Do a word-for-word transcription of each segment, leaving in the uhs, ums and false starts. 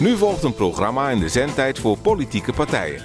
Nu volgt een programma in de zendtijd voor politieke partijen.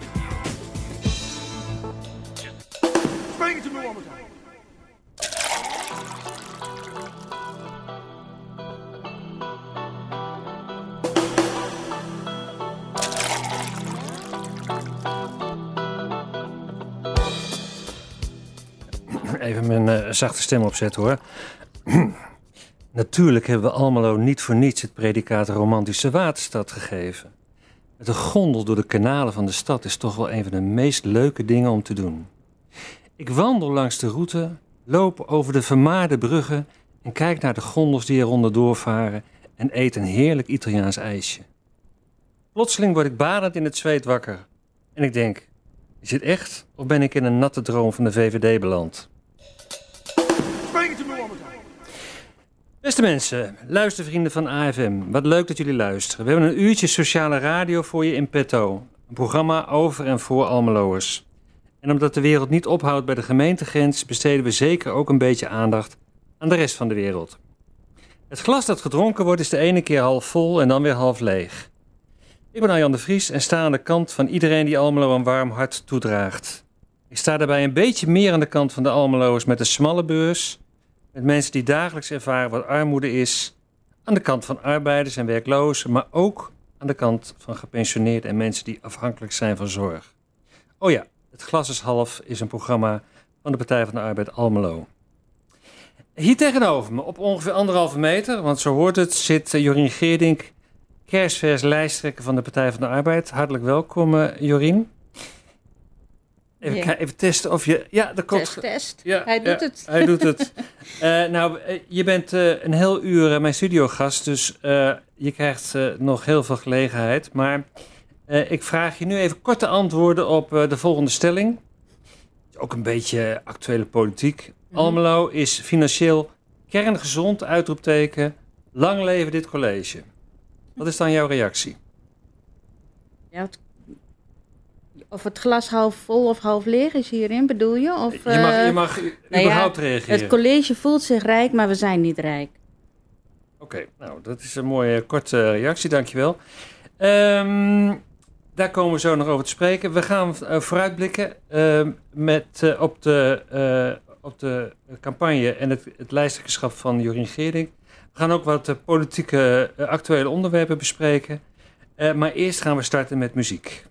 Even mijn uh, zachte stem opzetten hoor. Natuurlijk hebben we Almelo niet voor niets het predicaat romantische waterstad gegeven. Met een gondel door de kanalen van de stad is toch wel een van de meest leuke dingen om te doen. Ik wandel langs de route, loop over de vermaarde bruggen en kijk naar de gondels die eronder doorvaren en eet een heerlijk Italiaans ijsje. Plotseling word ik badend in het zweet wakker. En ik denk, is dit echt of ben ik in een natte droom van de V V D beland? Beste mensen, luistervrienden van A F M, wat leuk dat jullie luisteren. We hebben een uurtje sociale radio voor je in petto. Een programma over en voor Almeloers. En omdat de wereld niet ophoudt bij de gemeentegrens, besteden we zeker ook een beetje aandacht aan de rest van de wereld. Het glas dat gedronken wordt is de ene keer half vol en dan weer half leeg. Ik ben Arjan de Vries en sta aan de kant van iedereen die Almelo een warm hart toedraagt. Ik sta daarbij een beetje meer aan de kant van de Almeloers met een smalle beurs, met mensen die dagelijks ervaren wat armoede is, aan de kant van arbeiders en werklozen, maar ook aan de kant van gepensioneerden en mensen die afhankelijk zijn van zorg. Oh ja, Het glas is half is een programma van de Partij van de Arbeid Almelo. Hier tegenover me, op ongeveer anderhalve meter, want zo hoort het, zit Jorien Geerdink, kerstvers lijsttrekker van de Partij van de Arbeid. Hartelijk welkom, uh, Jorien. Even, ja. even testen of je... Ja, dat komt. Test, test. Ja, hij doet ja, het. Hij doet het. uh, nou, uh, je bent uh, een heel uur uh, mijn studiogast, dus uh, je krijgt uh, nog heel veel gelegenheid. Maar uh, ik vraag je nu even korte antwoorden op uh, de volgende stelling. Ook een beetje actuele politiek. Mm-hmm. Almelo is financieel kerngezond, uitroepteken. Lang leven dit college. Wat is dan jouw reactie? Ja, het, of het glas half vol of half leeg is hierin, bedoel je? Of, je mag, je mag uh, nou überhaupt ja, reageren. Het college voelt zich rijk, maar we zijn niet rijk. Oké, okay, nou, dat is een mooie korte reactie, dankjewel. Um, daar komen we zo nog over te spreken. We gaan uh, vooruitblikken uh, met, uh, op, de, uh, op de campagne en het, het lijsttrekkerschap van Jorien Geerdink. We gaan ook wat uh, politieke uh, actuele onderwerpen bespreken. Uh, maar eerst gaan we starten met muziek.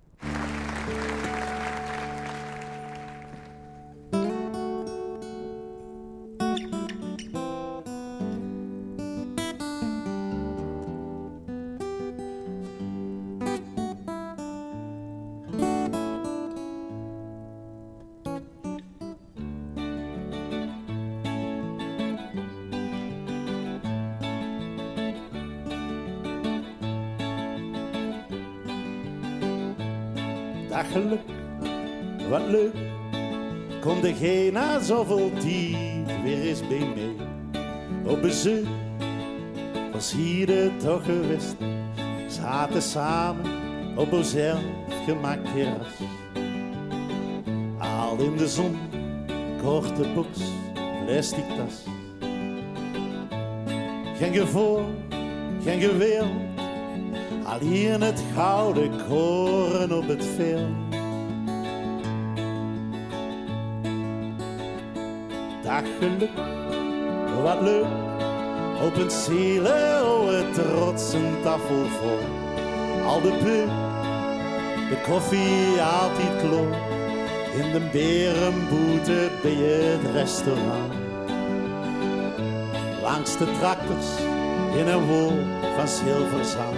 Dag geluk, wat leuk, kom degene na zoveel tijd weer eens bij mij. Op bezoek was hier de toch geweest, zaten samen op ons zelfgemaakt terras. Al in de zon, korte box, plastic tas. Geen gevoel, geen geweld. Alleen het gouden koren op het veld. Dag geluk, wat leuk. Op een zielen, oh het trots een tafel vol. Al de pub, de koffie altijd kloot. In de berenboete bij het restaurant. Langs de tractors, in een wol van zilverzand.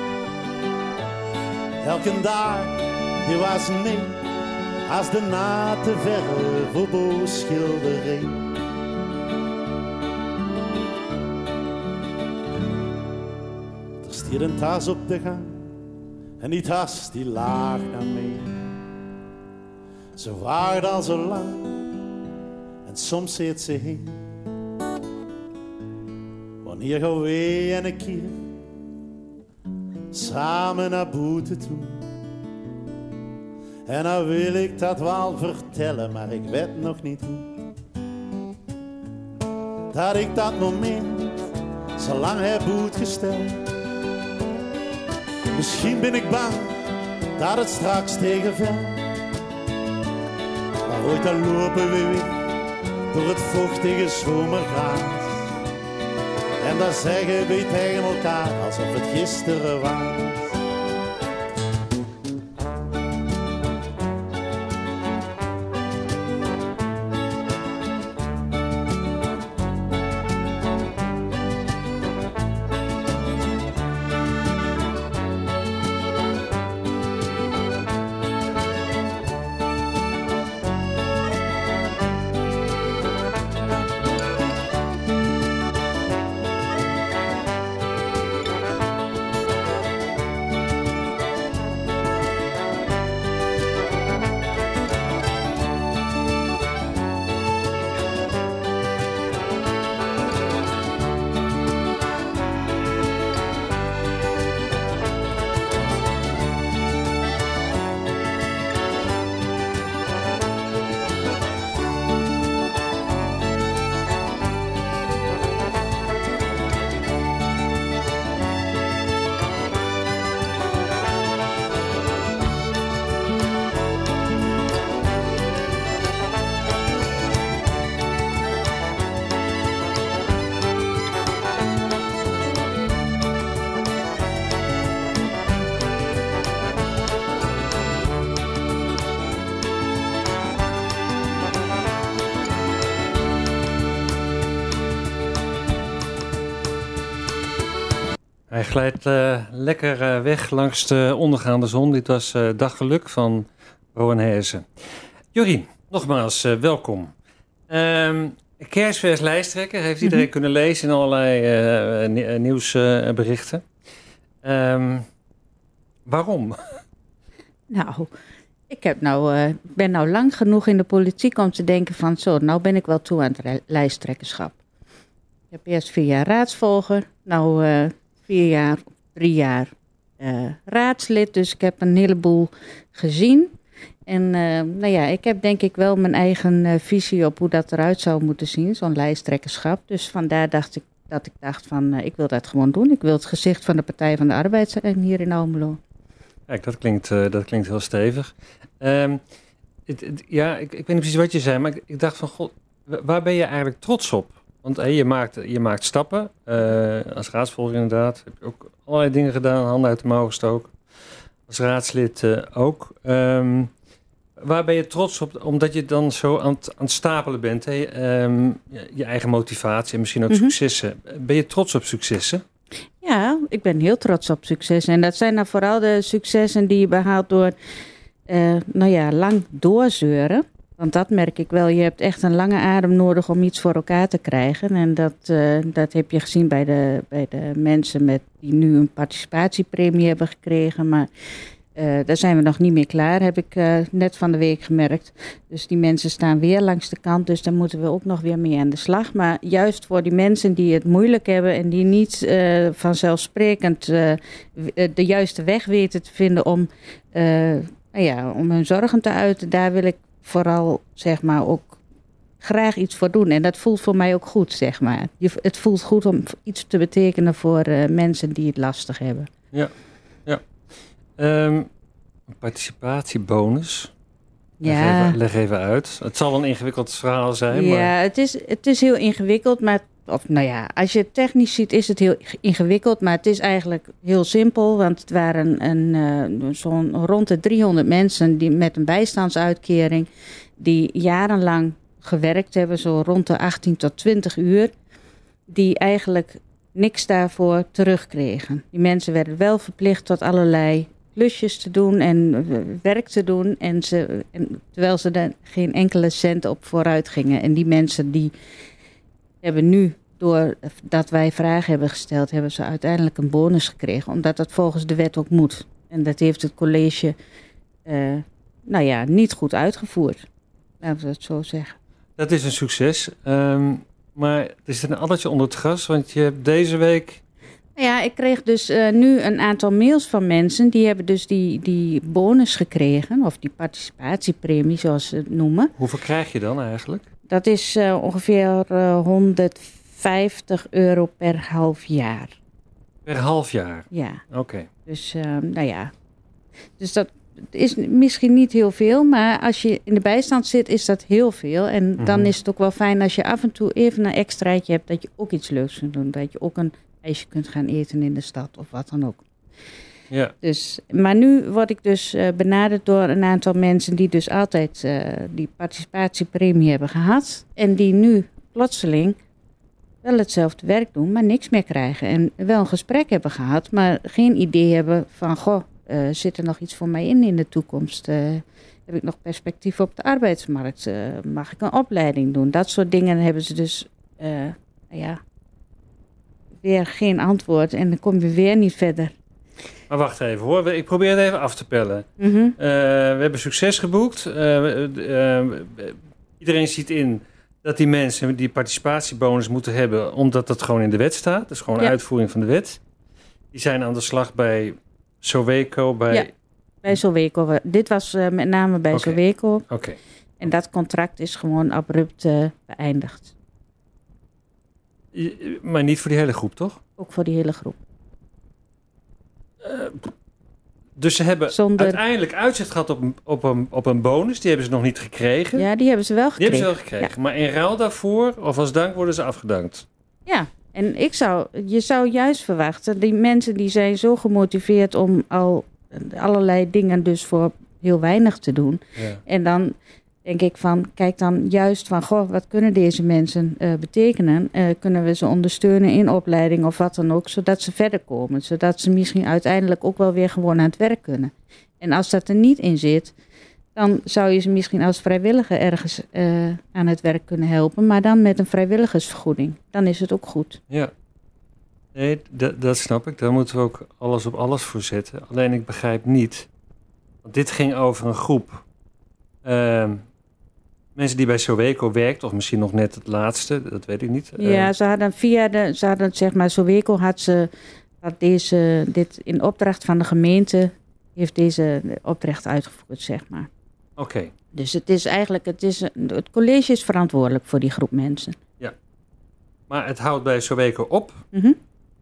Elke dag, die was niet als de nate verf op uw schildering. Er stier een tas op de gang en die tas die laag naar mij. Ze waard al zo lang en soms zit ze heen. Wanneer gaan we en een keer samen naar boete toe. En dan wil ik dat wel vertellen, maar ik weet nog niet hoe. Dat ik dat moment zo lang heb uitgesteld. Misschien ben ik bang dat het straks tegenvalt. Maar ooit dan lopen we weer door het vochtige zomergras. En dan zeggen we tegen elkaar alsof het gisteren was. Hij glijdt uh, lekker uh, weg langs de ondergaande zon. Dit was uh, Daggeluk van Rowan Heersen. Jorien, nogmaals uh, welkom. Um, Kerstvers lijsttrekker heeft iedereen mm-hmm. kunnen lezen in allerlei uh, ni- nieuwsberichten. Uh, um, waarom? Nou, ik heb nou, uh, ben nou lang genoeg in de politiek om te denken van zo, nou ben ik wel toe aan het re- lijsttrekkerschap. Ik heb eerst vier jaar raadsvolger, nou uh, vier jaar, drie jaar uh, raadslid. Dus ik heb een heleboel gezien. En uh, nou ja, ik heb denk ik wel mijn eigen uh, visie op hoe dat eruit zou moeten zien, zo'n lijsttrekkerschap. Dus vandaar dacht ik dat ik dacht van, uh, ik wil dat gewoon doen. Ik wil het gezicht van de Partij van de Arbeid zijn hier in Almelo. Kijk, dat klinkt, uh, dat klinkt heel stevig. Um, het, het, ja, ik, ik weet niet precies wat je zei, maar ik, ik dacht van, god, waar ben je eigenlijk trots op? Want hey, je, maakt, je maakt stappen, uh, als raadsvolger inderdaad. Heb je ook allerlei dingen gedaan, handen uit de mouw gestoken. Als raadslid uh, ook. Um, waar ben je trots op, omdat je dan zo aan het, aan het stapelen bent? Hey? Um, je, je eigen motivatie en misschien ook mm-hmm. successen. Ben je trots op successen? Ja, ik ben heel trots op successen. En dat zijn dan vooral de successen die je behaalt door, uh, nou ja, lang doorzeuren. Want dat merk ik wel. Je hebt echt een lange adem nodig om iets voor elkaar te krijgen. En dat, uh, dat heb je gezien bij de, bij de mensen met, die nu een participatiepremie hebben gekregen. Maar uh, daar zijn we nog niet meer klaar, heb ik uh, net van de week gemerkt. Dus die mensen staan weer langs de kant. Dus daar moeten we ook nog weer mee aan de slag. Maar juist voor die mensen die het moeilijk hebben en die niet uh, vanzelfsprekend uh, de juiste weg weten te vinden om, uh, nou ja, om hun zorgen te uiten, daar wil ik vooral, zeg maar, ook graag iets voor doen. En dat voelt voor mij ook goed, zeg maar. Je, het voelt goed om iets te betekenen voor uh, mensen die het lastig hebben. Ja, ja. Um, een participatiebonus. Ja. Leg even, leg even uit. Het zal wel een ingewikkeld verhaal zijn. Ja, maar... het is, het is heel ingewikkeld, maar of nou ja, als je het technisch ziet is het heel ingewikkeld, maar het is eigenlijk heel simpel, want het waren een, uh, zo'n rond de driehonderd mensen die met een bijstandsuitkering die jarenlang gewerkt hebben, zo rond de achttien tot twintig uur, die eigenlijk niks daarvoor terugkregen. Die mensen werden wel verplicht tot allerlei klusjes te doen en werk te doen, en ze, en, terwijl ze er geen enkele cent op vooruit gingen. En die mensen die hebben nu, doordat wij vragen hebben gesteld, hebben ze uiteindelijk een bonus gekregen, omdat dat volgens de wet ook moet. En dat heeft het college uh, nou ja, niet goed uitgevoerd. Laten we dat zo zeggen. Dat is een succes. Um, maar er is een addertje onder het gras, want je hebt deze week... Ja, ik kreeg dus uh, nu een aantal mails van mensen, die hebben dus die, die bonus gekregen, of die participatiepremie, zoals ze het noemen. Hoeveel krijg je dan eigenlijk? Dat is uh, ongeveer uh, honderdvijftig euro per half jaar. Per half jaar? Ja. Oké. Okay. Dus, uh, nou ja. Dus dat is misschien niet heel veel, maar als je in de bijstand zit, is dat heel veel. En mm-hmm. dan is het ook wel fijn als je af en toe even een extraatje hebt, dat je ook iets leuks kunt doen. Dat je ook een ijsje kunt gaan eten in de stad of wat dan ook. Ja. Dus, maar nu word ik dus uh, benaderd door een aantal mensen die dus altijd uh, die participatiepremie hebben gehad. En die nu plotseling wel hetzelfde werk doen, maar niks meer krijgen. En wel een gesprek hebben gehad, maar geen idee hebben van, goh, uh, zit er nog iets voor mij in in de toekomst? Uh, heb ik nog perspectief op de arbeidsmarkt? Uh, mag ik een opleiding doen? Dat soort dingen hebben ze dus, uh, ja, weer geen antwoord. En dan kom je weer niet verder. Maar wacht even hoor, ik probeer het even af te pellen. Mm-hmm. Uh, we hebben succes geboekt. Uh, uh, uh, iedereen ziet in dat die mensen die participatiebonus moeten hebben, omdat dat gewoon in de wet staat. Dat is gewoon ja. uitvoering van de wet. Die zijn aan de slag bij Soweco. Bij, ja, bij Soweco. Dit was uh, met name bij okay. Soweco. Oké. Okay. En dat contract is gewoon abrupt uh, beëindigd. Je, maar niet voor die hele groep, toch? Ook voor die hele groep. Uh, dus ze hebben Zonder... uiteindelijk uitzicht gehad op een, op, een, op een bonus. Die hebben ze nog niet gekregen. Ja, die hebben ze wel gekregen. Die hebben ze wel gekregen. Ja. Maar in ruil daarvoor, of als dank, worden ze afgedankt. Ja, en ik zou, je zou juist verwachten, die mensen die zijn zo gemotiveerd om al allerlei dingen dus voor heel weinig te doen. Ja. En dan denk ik van, kijk dan juist van, goh, wat kunnen deze mensen uh, betekenen? Uh, kunnen we ze ondersteunen in opleiding of wat dan ook, zodat ze verder komen. Zodat ze misschien uiteindelijk ook wel weer gewoon aan het werk kunnen. En als dat er niet in zit, dan zou je ze misschien als vrijwilliger ergens uh, aan het werk kunnen helpen. Maar dan met een vrijwilligersvergoeding. Dan is het ook goed. Ja, nee, d- dat snap ik. Daar moeten we ook alles op alles voor zetten. Alleen ik begrijp niet, want dit ging over een groep Uh, mensen die bij Soweco werkt, of misschien nog net het laatste, dat weet ik niet. Ja, uh, ze hadden via de, ze hadden zeg maar, Soweco had ze had deze, dit in opdracht van de gemeente, heeft deze opdracht uitgevoerd, zeg maar. Oké. Okay. Dus het is eigenlijk, het, is, het college is verantwoordelijk voor die groep mensen. Ja. Maar het houdt bij Soweco op. Mm-hmm.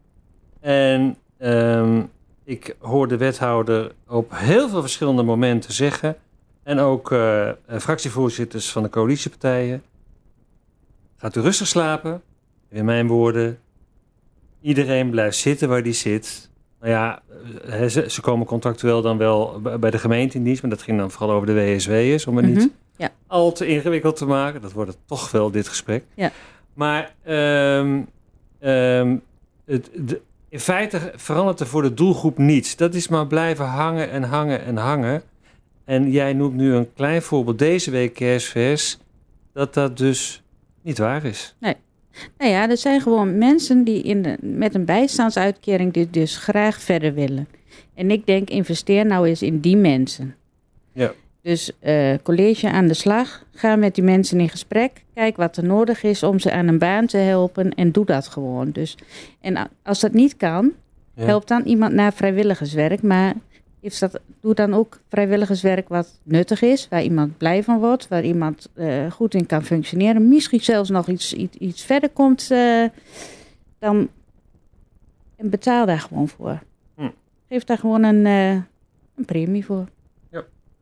En um, ik hoor de wethouder op heel veel verschillende momenten zeggen, en ook uh, fractievoorzitters van de coalitiepartijen, gaat u rustig slapen. In mijn woorden, iedereen blijft zitten waar die zit. Nou ja, ze, ze komen contractueel dan wel bij de gemeente in dienst, maar dat ging dan vooral over de W S W'ers, om het mm-hmm. niet ja. al te ingewikkeld te maken. Dat wordt het toch wel, dit gesprek. Ja. Maar um, um, het, de, in feite verandert er voor de doelgroep niets. Dat is maar blijven hangen en hangen en hangen. En jij noemt nu een klein voorbeeld deze week kerstvers, dat dat dus niet waar is. Nee. Nou ja, er zijn gewoon mensen die in de, met een bijstandsuitkering die dus graag verder willen. En ik denk, investeer nou eens in die mensen. Ja. Dus uh, college aan de slag, ga met die mensen in gesprek, kijk wat er nodig is om ze aan een baan te helpen en doe dat gewoon. Dus, en als dat niet kan, ja. help dan iemand naar vrijwilligerswerk, maar Is dat, doe dan ook vrijwilligerswerk wat nuttig is, waar iemand blij van wordt, waar iemand uh, goed in kan functioneren. Misschien zelfs nog iets, iets, iets verder komt, uh, dan en betaal daar gewoon voor. Hm. Geef daar gewoon een, uh, een premie voor. Ja.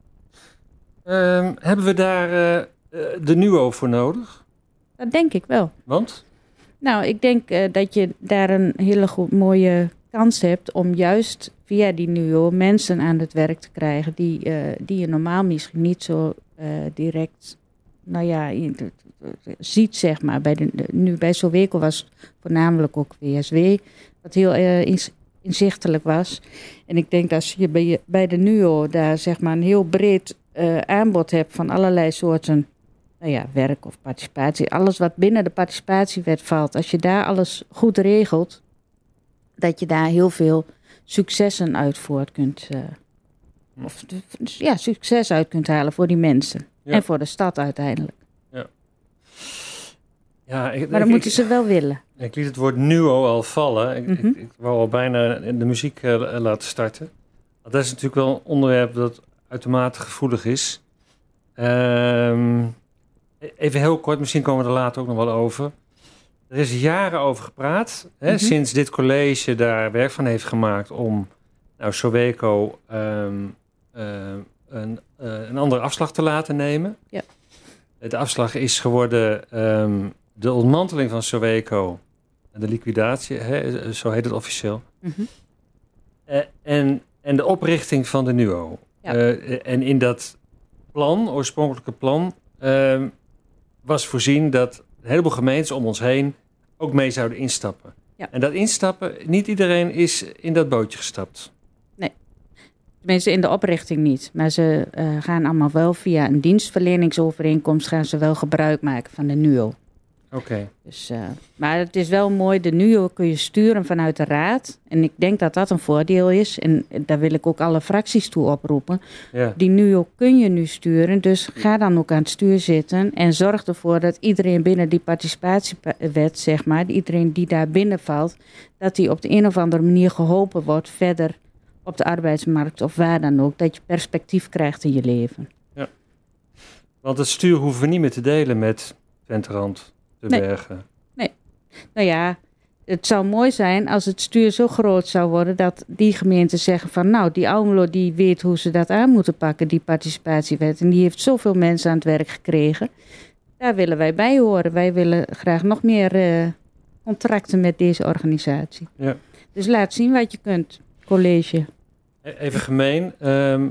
Um, hebben we daar uh, de NUO voor nodig? Dat denk ik wel. Want? Nou, ik denk uh, dat je daar een hele goed, mooie kans hebt om juist via die NUO mensen aan het werk te krijgen die, uh, die je normaal misschien niet zo uh, direct, nou ja, ziet, zeg maar. Bij de, de, nu bij Soweco was voornamelijk ook W S W, wat heel uh, inzichtelijk was. En ik denk dat je bij, bij de NUO daar zeg maar een heel breed uh, aanbod hebt van allerlei soorten, nou ja, werk of participatie. Alles wat binnen de participatiewet valt. Als je daar alles goed regelt, dat je daar heel veel successen uit voort kunt, uh, of ja, succes uit kunt halen voor die mensen. Ja. En voor de stad uiteindelijk. Ja. Ja, ik, maar dan ik, moeten ik, ze wel willen. Ik liet het woord NUO al vallen. Ik, mm-hmm. ik, ik wou al bijna de muziek uh, laten starten. Want dat is natuurlijk wel een onderwerp dat uitermate gevoelig is. Um, even heel kort, misschien komen we er later ook nog wel over. er is jaren over gepraat. Hè, Mm-hmm. Sinds dit college daar werk van heeft gemaakt om nou, Soweco um, uh, een, uh, een andere afslag te laten nemen. Ja. De afslag is geworden um, de ontmanteling van Soweco. De liquidatie, hè, zo heet het officieel. Mm-hmm. Uh, en, en de oprichting van de N U O. Ja. Uh, en in dat plan, oorspronkelijke plan, uh, was voorzien dat een heleboel gemeentes om ons heen ook mee zouden instappen. Ja. En dat instappen, niet iedereen is in dat bootje gestapt. Tenminste, in de oprichting niet. Maar ze uh, gaan allemaal wel via een dienstverleningsovereenkomst gaan ze wel gebruik maken van de N U O. Oké. Okay. Dus, uh, maar het is wel mooi, de N U O kun je sturen vanuit de raad. En ik denk dat dat een voordeel is. En daar wil ik ook alle fracties toe oproepen. Ja. Die N U O kun je nu sturen, dus ga dan ook aan het stuur zitten. En zorg ervoor dat iedereen binnen die participatiewet, zeg maar, iedereen die daar binnen valt, dat die op de een of andere manier geholpen wordt verder op de arbeidsmarkt of waar dan ook. Dat je perspectief krijgt in je leven. Ja. Want het stuur hoeven we niet meer te delen met Twenterand, de Nee. Bergen. Nee. Nou ja, het zou mooi zijn als het stuur zo groot zou worden dat die gemeenten zeggen van nou, die Almelo die weet hoe ze dat aan moeten pakken, die participatiewet. En die heeft zoveel mensen aan het werk gekregen. Daar willen wij bij horen. Wij willen graag nog meer uh, contracten met deze organisatie. Ja. Dus laat zien wat je kunt, college. Even gemeen. Um,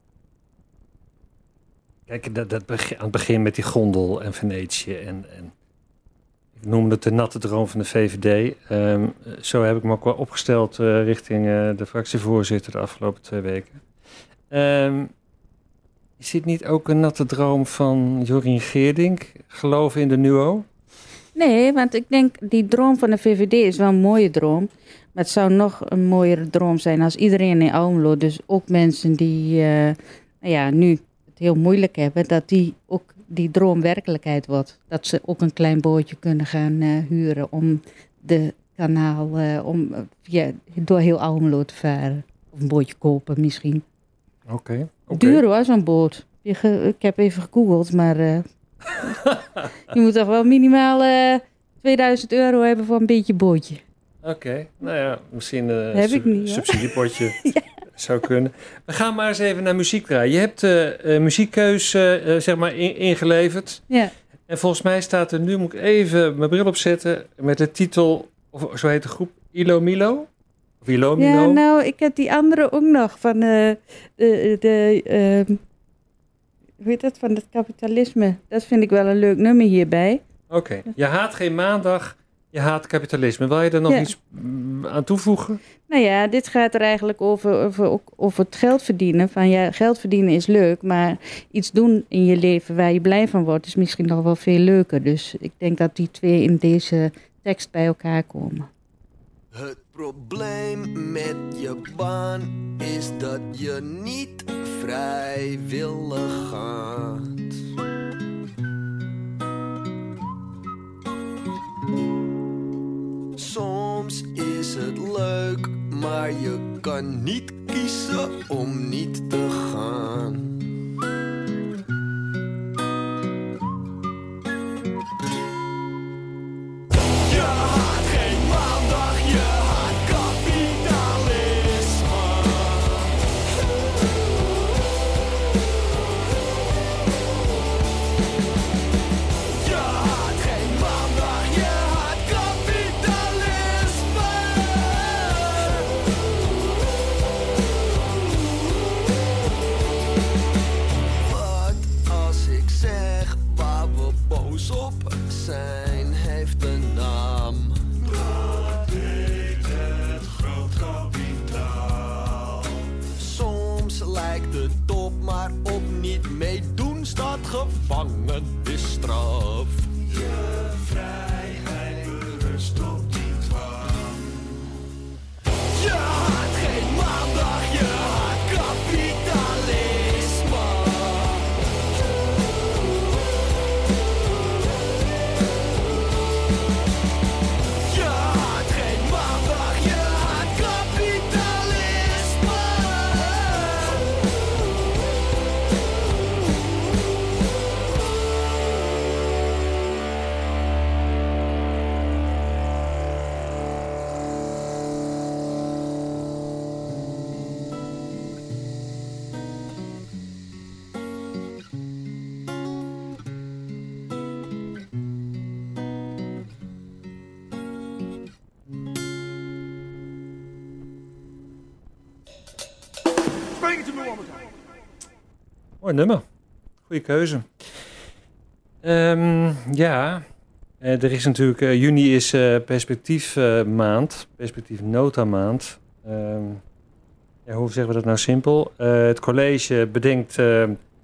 kijk, dat, dat begin, aan het begin met die gondel en Venetië. En, en ik noemde het de natte droom van de V V D. Um, zo heb ik me ook wel opgesteld uh, richting uh, de fractievoorzitter de afgelopen twee weken. Um, is dit niet ook een natte droom van Jorien Geerdink? Geloven in de N U O? Nee, want ik denk die droom van de V V D is wel een mooie droom. Maar het zou nog een mooiere droom zijn als iedereen in Almelo, dus ook mensen die uh, nou ja, nu het heel moeilijk hebben, dat die ook die droom werkelijkheid wordt. Dat ze ook een klein bootje kunnen gaan uh, huren om de kanaal, uh, om uh, ja, door heel Almelo te varen. Of een bootje kopen misschien. Oké. Okay, okay. Duur hoor, zo'n boot. Ik heb even gegoogeld, maar uh, je moet toch wel minimaal uh, tweeduizend euro hebben voor een beetje bootje. Oké, okay. Nou ja, misschien een uh, su- niet, subsidiepotje ja. zou kunnen. We gaan maar eens even naar muziek draaien. Je hebt uh, uh, muziekkeus uh, zeg maar in, ingeleverd. Ja. En volgens mij staat er nu, moet ik even mijn bril opzetten, met de titel, of zo heet de groep, Ilo Milo? Of Ilo Milo? Ja, nou, ik heb die andere ook nog van uh, de, de uh, hoe heet dat, van het kapitalisme. Dat vind ik wel een leuk nummer hierbij. Oké, okay. Je haat geen maandag, je haat kapitalisme. Wil je er nog ja. iets aan toevoegen? Nou ja, dit gaat er eigenlijk over, over, over het geld verdienen. Van ja, geld verdienen is leuk, maar iets doen in je leven waar je blij van wordt is misschien nog wel veel leuker. Dus ik denk dat die twee in deze tekst bij elkaar komen. Het probleem met je baan is dat je niet vrijwillig gaat. Soms is het leuk, maar je kan niet kiezen om niet te gaan. Je haat geen maandag, je haat kapitalisme. Je haat geen maandag, je haat kapitalisme. Bring it to me one more time. Mooi nummer. Goeie keuze. Um, ja, uh, er is natuurlijk... Uh, juni is uh, perspectief uh, maand. Perspectief nota maand. Um, ja, hoe zeggen we dat nou simpel? Uh, het college bedenkt... Uh,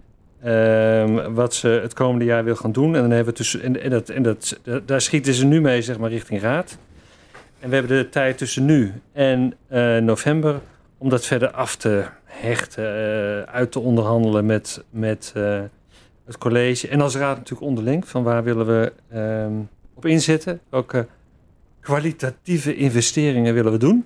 Um, wat ze het komende jaar wil gaan doen. En dan hebben we tussen, en, en dat, en dat, daar schieten ze nu mee, zeg maar, richting raad. En we hebben de tijd tussen nu en uh, november om dat verder af te hechten, uh, uit te onderhandelen met, met uh, het college. En als raad natuurlijk onderling, van waar willen we um, op inzetten? Welke kwalitatieve investeringen willen we doen?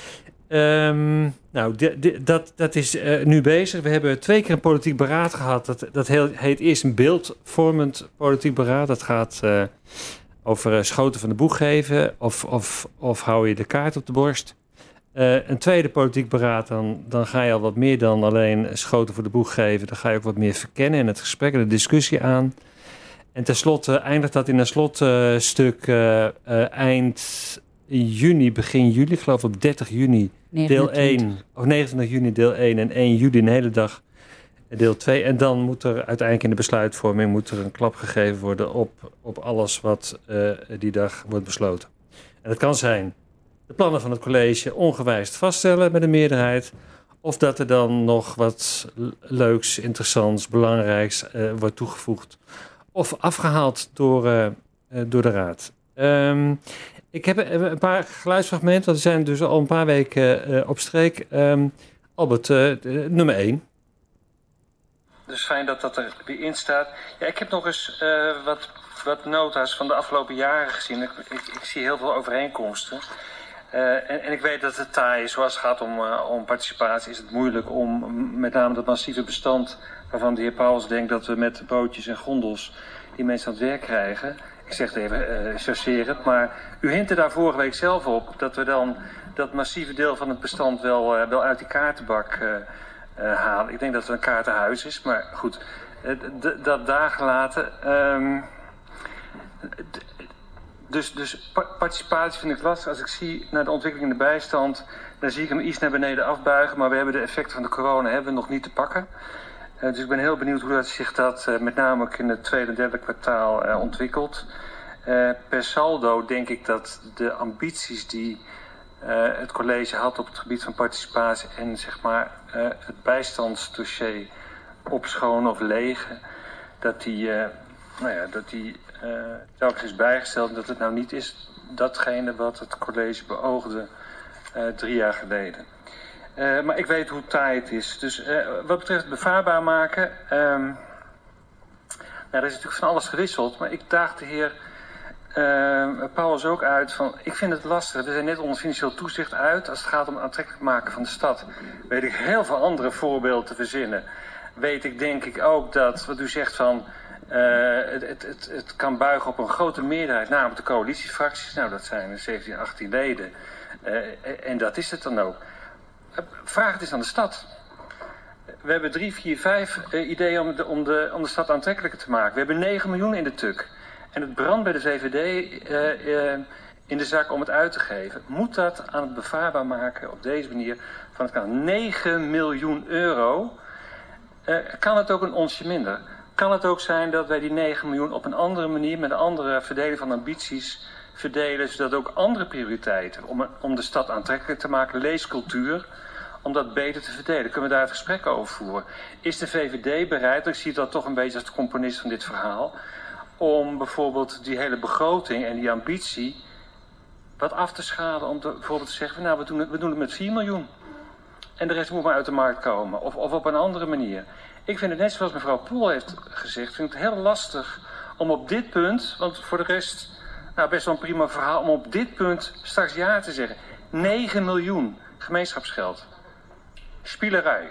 Um, nou, de, de, dat, dat is uh, nu bezig. We hebben twee keer een politiek beraad gehad. Dat, dat heel, heet eerst een beeldvormend politiek beraad. Dat gaat uh, over uh, schoten van de boeg geven of, of, of hou je de kaart op de borst. Uh, een tweede politiek beraad, dan, dan ga je al wat meer dan alleen schoten voor de boeg geven. Dan ga je ook wat meer verkennen en het gesprek en de discussie aan. En tenslotte eindigt dat in een slotstuk uh, uh, eind juni, begin juli, ik geloof op dertig juni, deel één. Of negenentwintig juni deel één en één juli een hele dag deel twee. En dan moet er uiteindelijk in de besluitvorming moet er een klap gegeven worden op, op alles wat uh, die dag wordt besloten. En dat kan zijn de plannen van het college ongewijzigd vaststellen met een meerderheid. Of dat er dan nog wat leuks, interessants, belangrijks uh, wordt toegevoegd. Of afgehaald door, uh, uh, door de raad. Um, ik heb een paar geluidsfragmenten, want we zijn dus al een paar weken uh, op streek. Um, Albert, uh, nummer één. Dus fijn dat dat er weer in staat. Ja, ik heb nog eens uh, wat, wat nota's van de afgelopen jaren gezien. Ik, ik, ik zie heel veel overeenkomsten. Uh, en, en ik weet dat het taai is. Zoals het gaat om, uh, om participatie is het moeilijk om met name dat massieve bestand waarvan de heer Pauwels denkt dat we met bootjes en gondels die mensen aan het werk krijgen. Ik zeg het even uh, chargerend, maar u hintte daar vorige week zelf op dat we dan dat massieve deel van het bestand wel, uh, wel uit die kaartenbak uh, uh, halen. Ik denk dat het een kaartenhuis is, maar goed, uh, d- dat daar gelaten. Um, d- dus, dus participatie vind ik lastig. Als ik zie naar de ontwikkeling in de bijstand, dan zie ik hem iets naar beneden afbuigen, maar we hebben de effecten van de corona hebben we nog niet te pakken. Uh, dus ik ben heel benieuwd hoe dat zich dat uh, met name ook in het tweede en derde kwartaal uh, ontwikkelt. Uh, per saldo denk ik dat de ambities die uh, het college had op het gebied van participatie en zeg maar uh, het bijstandsdossier opschonen of legen, dat die, uh, nou ja, dat die uh, telkens is bijgesteld en dat het nou niet is datgene wat het college beoogde uh, drie jaar geleden. Uh, maar ik weet hoe taai het is. Dus uh, wat betreft het bevaarbaar maken, um, nou, er is natuurlijk van alles gewisseld, maar ik daag de heer uh, Pauwels ook uit van, ik vind het lastig. We zijn net onder financieel toezicht uit. Als het gaat om het aantrekkelijk maken van de stad, weet ik heel veel andere voorbeelden te verzinnen. Weet ik denk ik ook dat, wat u zegt van, uh, het, het, het, het kan buigen op een grote meerderheid, namelijk de coalitiefracties. Nou, dat zijn zeventien, achttien leden. Uh, en dat is het dan ook. Vraag het eens aan de stad. We hebben drie, vier, vijf uh, ideeën om de, om, de, om de stad aantrekkelijker te maken. We hebben negen miljoen in de tuk. En het brandt bij de V V D uh, uh, in de zak om het uit te geven. Moet dat aan het bevaarbaar maken op deze manier van het kan negen miljoen euro. Uh, kan het ook een onsje minder? Kan het ook zijn dat wij die negen miljoen op een andere manier met een andere verdeling van ambities verdelen, zodat ook andere prioriteiten om, om de stad aantrekkelijk te maken, lees cultuur, om dat beter te verdelen. Kunnen we daar het gesprek over voeren? Is de V V D bereid, ik zie dat toch een beetje als de componist van dit verhaal, om bijvoorbeeld die hele begroting en die ambitie wat af te schalen, om te, bijvoorbeeld te zeggen, nou we doen het, we doen het met vier miljoen. En de rest moet maar uit de markt komen. Of, of op een andere manier. Ik vind het net zoals mevrouw Poel heeft gezegd, vind ik het heel lastig om op dit punt, want voor de rest, nou best wel een prima verhaal, om op dit punt straks ja te zeggen. negen miljoen gemeenschapsgeld. Spielerij.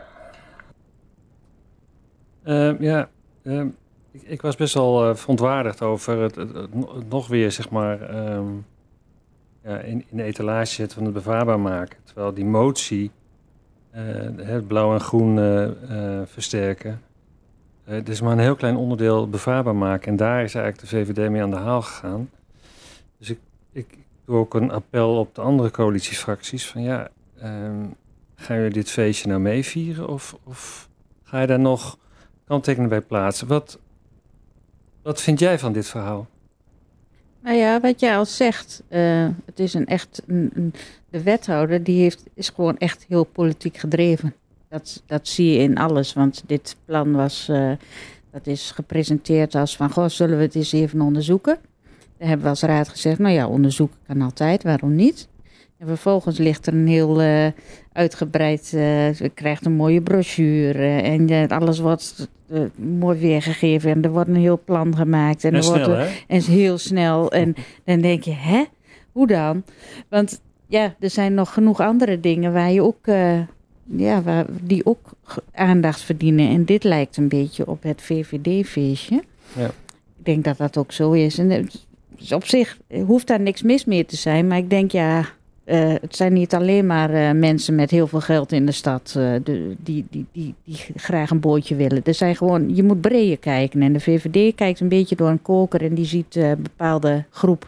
Uh, ja, uh, ik, ik was best wel uh, verontwaardigd over het, het, het, het nog weer, zeg maar, um, ja, in, in de etalage zetten van het bevaarbaar maken. Terwijl die motie, uh, het blauw en groen uh, uh, versterken, uh, het is maar een heel klein onderdeel bevaarbaar maken. En daar is eigenlijk de V V D mee aan de haal gegaan. Dus ik, ik doe ook een appel op de andere coalitiefracties van ja, um, gaan jullie dit feestje nou meevieren? Of, of ga je daar nog kanttekeningen bij plaatsen? Wat, wat vind jij van dit verhaal? Nou ja, wat jij al zegt, uh, het is een echt, een, een, de wethouder die heeft, is gewoon echt heel politiek gedreven. Dat, dat zie je in alles, want dit plan was, uh, dat is gepresenteerd als van, goh, zullen we het eens even onderzoeken? Daar hebben we als raad gezegd, nou ja, onderzoeken kan altijd, waarom niet? En vervolgens ligt er een heel uh, uitgebreid, uh, je krijgt een mooie brochure en uh, alles wordt uh, mooi weergegeven en er wordt een heel plan gemaakt. En, en er snel, wordt, hè? En heel snel. En dan denk je, hè? Hoe dan? Want ja, er zijn nog genoeg andere dingen waar je ook, uh, ja, waar, die ook aandacht verdienen. En dit lijkt een beetje op het V V D-feestje. Ja. Ik denk dat dat ook zo is. En dus op zich hoeft daar niks mis mee te zijn, maar ik denk ja... Uh, het zijn niet alleen maar uh, mensen met heel veel geld in de stad uh, de, die, die, die, die graag een bootje willen. Er zijn gewoon, je moet breder kijken. En de V V D kijkt een beetje door een koker en die ziet een uh, bepaalde groep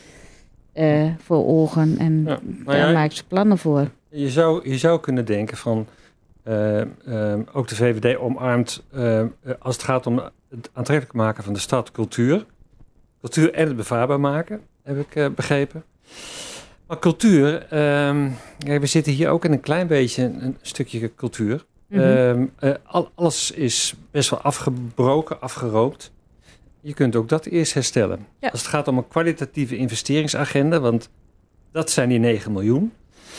uh, voor ogen. En ja, daar ja, maakt ze plannen voor. Je zou, je zou kunnen denken van, uh, uh, ook de V V D omarmt, uh, als het gaat om het aantrekkelijk maken van de stad, cultuur. Cultuur en het bevaarbaar maken, heb ik uh, begrepen. Maar cultuur, um, ja, we zitten hier ook in een klein beetje een stukje cultuur. Mm-hmm. Um, uh, al, alles is best wel afgebroken, afgerookt. Je kunt ook dat eerst herstellen. Ja. Als het gaat om een kwalitatieve investeringsagenda, want dat zijn die negen miljoen.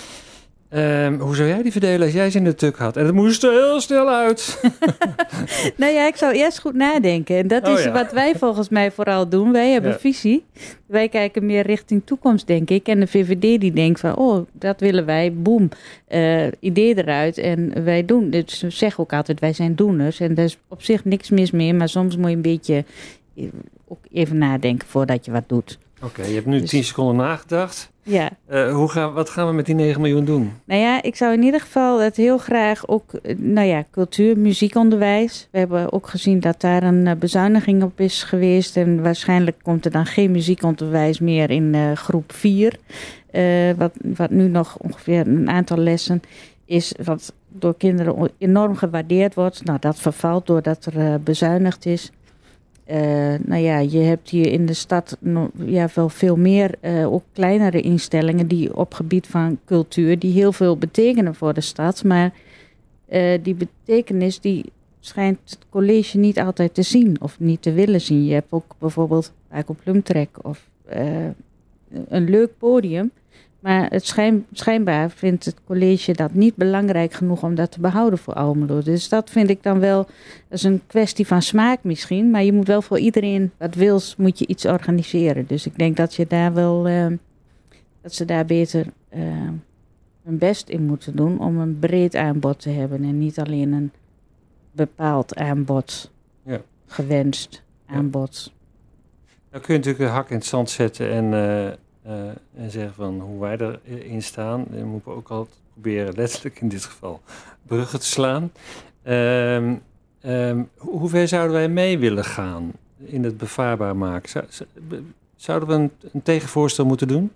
Um, hoe zou jij die verdelen als jij ze in de tuk had? En het moest er heel snel uit. Nou ja, ik zou eerst goed nadenken. En dat is oh ja. wat wij volgens mij vooral doen. Wij hebben ja. visie. Wij kijken meer richting toekomst, denk ik. En de V V D die denkt van, oh, dat willen wij. Boem, uh, idee eruit. En wij doen. Dus we zeggen ook altijd, wij zijn doeners. En er is op zich niks mis mee. Maar soms moet je een beetje ook even nadenken voordat je wat doet. Oké, okay, je hebt nu dus, tien seconden nagedacht. Ja. Uh, hoe gaan, wat gaan we met die negen miljoen doen? Nou ja, ik zou in ieder geval het heel graag ook, nou ja, cultuur, muziekonderwijs. We hebben ook gezien dat daar een bezuiniging op is geweest. En waarschijnlijk komt er dan geen muziekonderwijs meer in uh, groep vier. Uh, wat, wat nu nog ongeveer een aantal lessen is, wat door kinderen enorm gewaardeerd wordt. Nou, dat vervalt doordat er uh, bezuinigd is. Uh, nou ja, je hebt hier in de stad no, ja, wel veel meer, uh, ook kleinere instellingen die op gebied van cultuur, die heel veel betekenen voor de stad. Maar uh, die betekenis, die schijnt het college niet altijd te zien of niet te willen zien. Je hebt ook bijvoorbeeld Michael Plumtrek of uh, een leuk podium. Maar het schijn, schijnbaar vindt het college dat niet belangrijk genoeg om dat te behouden voor Almelo. Dus dat vind ik dan wel, dat is een kwestie van smaak misschien. Maar je moet wel voor iedereen wat wils, moet je iets organiseren. Dus ik denk dat je daar wel, uh, dat ze daar beter uh, hun best in moeten doen om een breed aanbod te hebben. En niet alleen een bepaald aanbod, ja. gewenst aanbod. Ja. Dan kun je natuurlijk een hak in het zand zetten en... Uh... Uh, en zeggen van hoe wij erin staan. Dan moeten we ook altijd proberen, letterlijk in dit geval, bruggen te slaan. Um, um, hoe ver zouden wij mee willen gaan in het bevaarbaar maken? Zou, zouden we een, een tegenvoorstel moeten doen?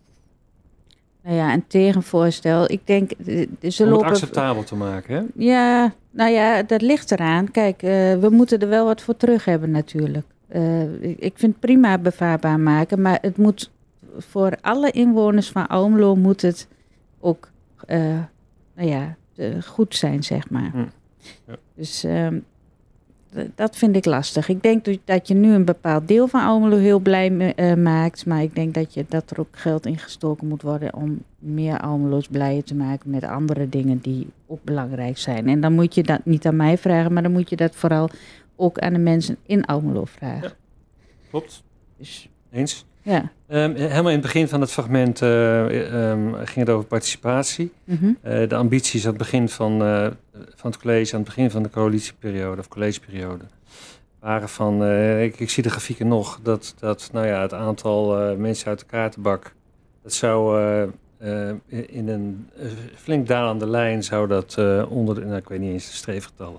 Nou ja, een tegenvoorstel. Ik denk... Ze Om lopen... het acceptabel te maken, hè? Ja, nou ja, dat ligt eraan. Kijk, uh, we moeten er wel wat voor terug hebben natuurlijk. Uh, ik vind prima bevaarbaar maken, maar het moet... Voor alle inwoners van Almelo moet het ook uh, nou ja, uh, goed zijn, zeg maar. Hm. Ja. Dus uh, d- dat vind ik lastig. Ik denk dat je nu een bepaald deel van Almelo heel blij uh, maakt. Maar ik denk dat, je, dat er ook geld ingestoken moet worden om meer Almelo's blijer te maken met andere dingen die ook belangrijk zijn. En dan moet je dat niet aan mij vragen, maar dan moet je dat vooral ook aan de mensen in Almelo vragen. Ja. Klopt. Dus, Eens. Ja. Um, helemaal in het begin van het fragment uh, um, ging het over participatie. Mm-hmm. Uh, de ambities aan het begin van, uh, van het college, aan het begin van de coalitieperiode of collegeperiode, waren van, uh, ik, ik zie de grafieken nog, dat, dat nou ja, het aantal uh, mensen uit de kaartenbak, dat zou uh, uh, in een uh, flink dalende lijn, zou dat uh, onder de, nou, ik weet niet eens de streefgetallen.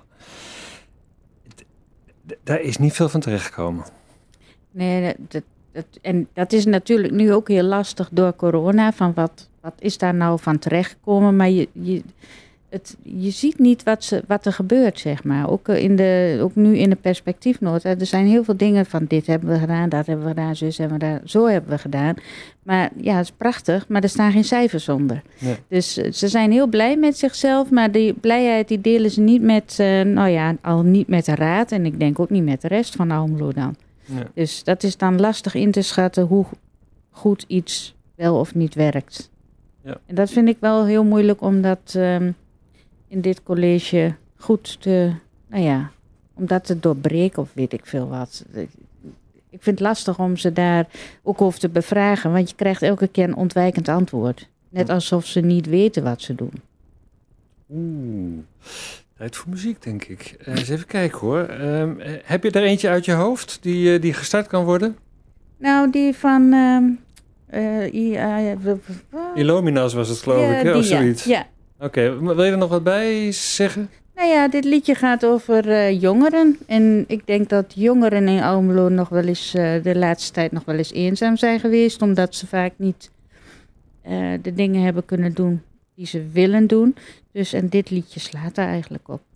D- d- daar is niet veel van terechtgekomen. Nee, dat... Dat, en dat is natuurlijk nu ook heel lastig door corona. Van wat, wat is daar nou van terechtgekomen? Maar je, je, het, je ziet niet wat, ze, wat er gebeurt, zeg maar. Ook, in de, ook nu in de perspectiefnoot. Er zijn heel veel dingen van dit hebben we gedaan, dat hebben we gedaan, zus hebben we gedaan, zo hebben we gedaan. Maar ja, het is prachtig, maar er staan geen cijfers onder. Nee. Dus ze zijn heel blij met zichzelf, maar die blijheid die delen ze niet met, uh, nou ja, al niet met de raad. En ik denk ook niet met de rest van Almelo dan. Nee. Dus dat is dan lastig in te schatten hoe goed iets wel of niet werkt. Ja. En dat vind ik wel heel moeilijk om dat um, in dit college goed te, nou ja, om dat te doorbreken of weet ik veel wat. Ik vind het lastig om ze daar ook over te bevragen, want je krijgt elke keer een ontwijkend antwoord. Net alsof ze niet weten wat ze doen. Oeh, tijd voor muziek, denk ik. Uh, eens even kijken hoor. Um, heb je er eentje uit je hoofd die, uh, die gestart kan worden? Nou, die van... Um, uh, uh, uh, Illumina's was het, geloof ja, ik, hè? Die, of zoiets. Ja. ja. Oké, okay. Wil je er nog wat bij zeggen? Nou ja, dit liedje gaat over uh, jongeren. En ik denk dat jongeren in Almelo nog wel eens uh, de laatste tijd nog wel eens eenzaam zijn geweest. Omdat ze vaak niet uh, de dingen hebben kunnen doen die ze willen doen. Dus en dit liedje slaat daar eigenlijk op.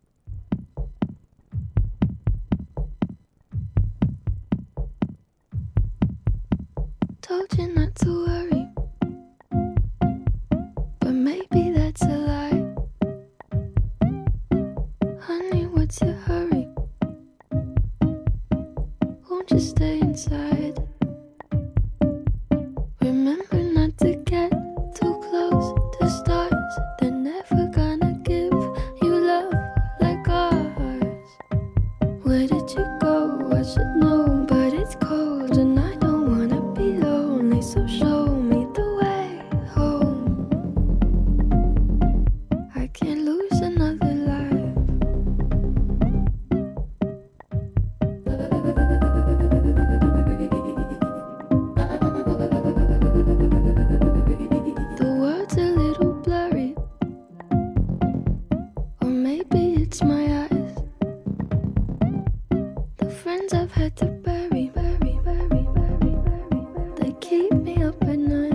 Told you not to worry, but maybe that's a lie. Honey, what's your hurry? Won't you stay inside? Remember not to get too close to stars. They're never gonna give you love like ours. Where did you go? I should know, but it's cold and I don't wanna be lonely, so show me the way home. I can't lose another life. The words a little blurry, or maybe it's my eyes. The friends I've had to bury, bury, bury, bury, bury, they keep me up at night.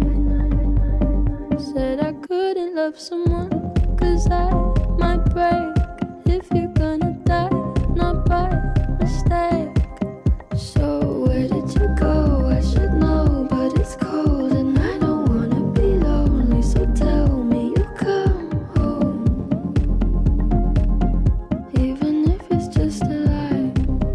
Said I couldn't love someone, cause I might break. If you're gonna die, not by mistake. So where did you go? I should know, but it's cold and I don't wanna be lonely. So tell me you come home, even if it's just a lie.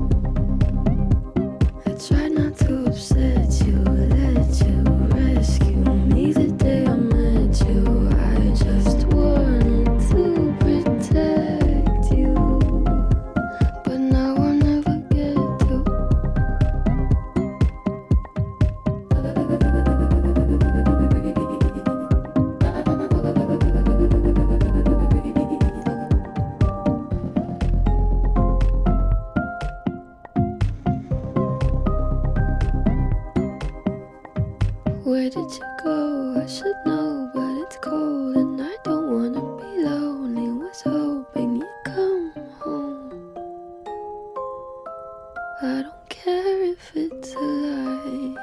I try not to upset you, let you rescue me the day I met you. I just wanted to protect you, but now I'll never get to. Where did you go? I should know, but it's cold and I don't wanna be lonely. Was hoping you'd come home. I don't care if it's a lie.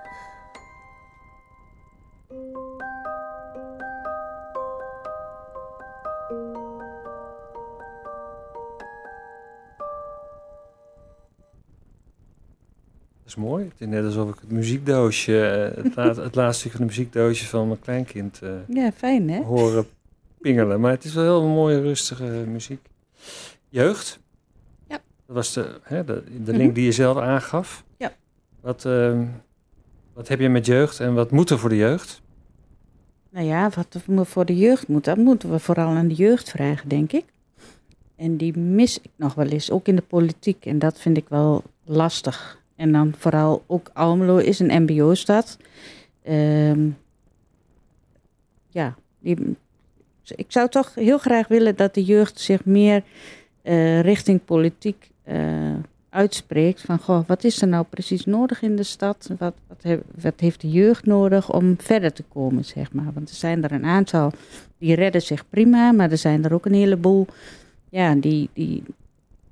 Dat is mooi. Het is net alsof ik het muziekdoosje, het, la- het laatste stuk van het muziekdoosje van mijn kleinkind uh, Ja, fijn hè? horen pingelen. Maar het is wel heel mooie, rustige muziek. Jeugd. Ja. Dat was de, hè, de, de link Mm-hmm. die je zelf aangaf. Ja. Wat, uh, wat heb je met jeugd en wat moet er voor de jeugd? Nou ja, wat er voor de jeugd moet, dat moeten we vooral aan de jeugd vragen, denk ik. En die mis ik nog wel eens, ook in de politiek. En dat vind ik wel lastig. En dan vooral ook Almelo is een mbo-stad. Um, ja, die, ik zou toch heel graag willen dat de jeugd zich meer uh, richting politiek uh, uitspreekt. Van, goh, wat is er nou precies nodig in de stad? Wat, wat, he, wat heeft de jeugd nodig om verder te komen, zeg maar? Want er zijn er een aantal die redden zich prima, maar er zijn er ook een heleboel ja, die, die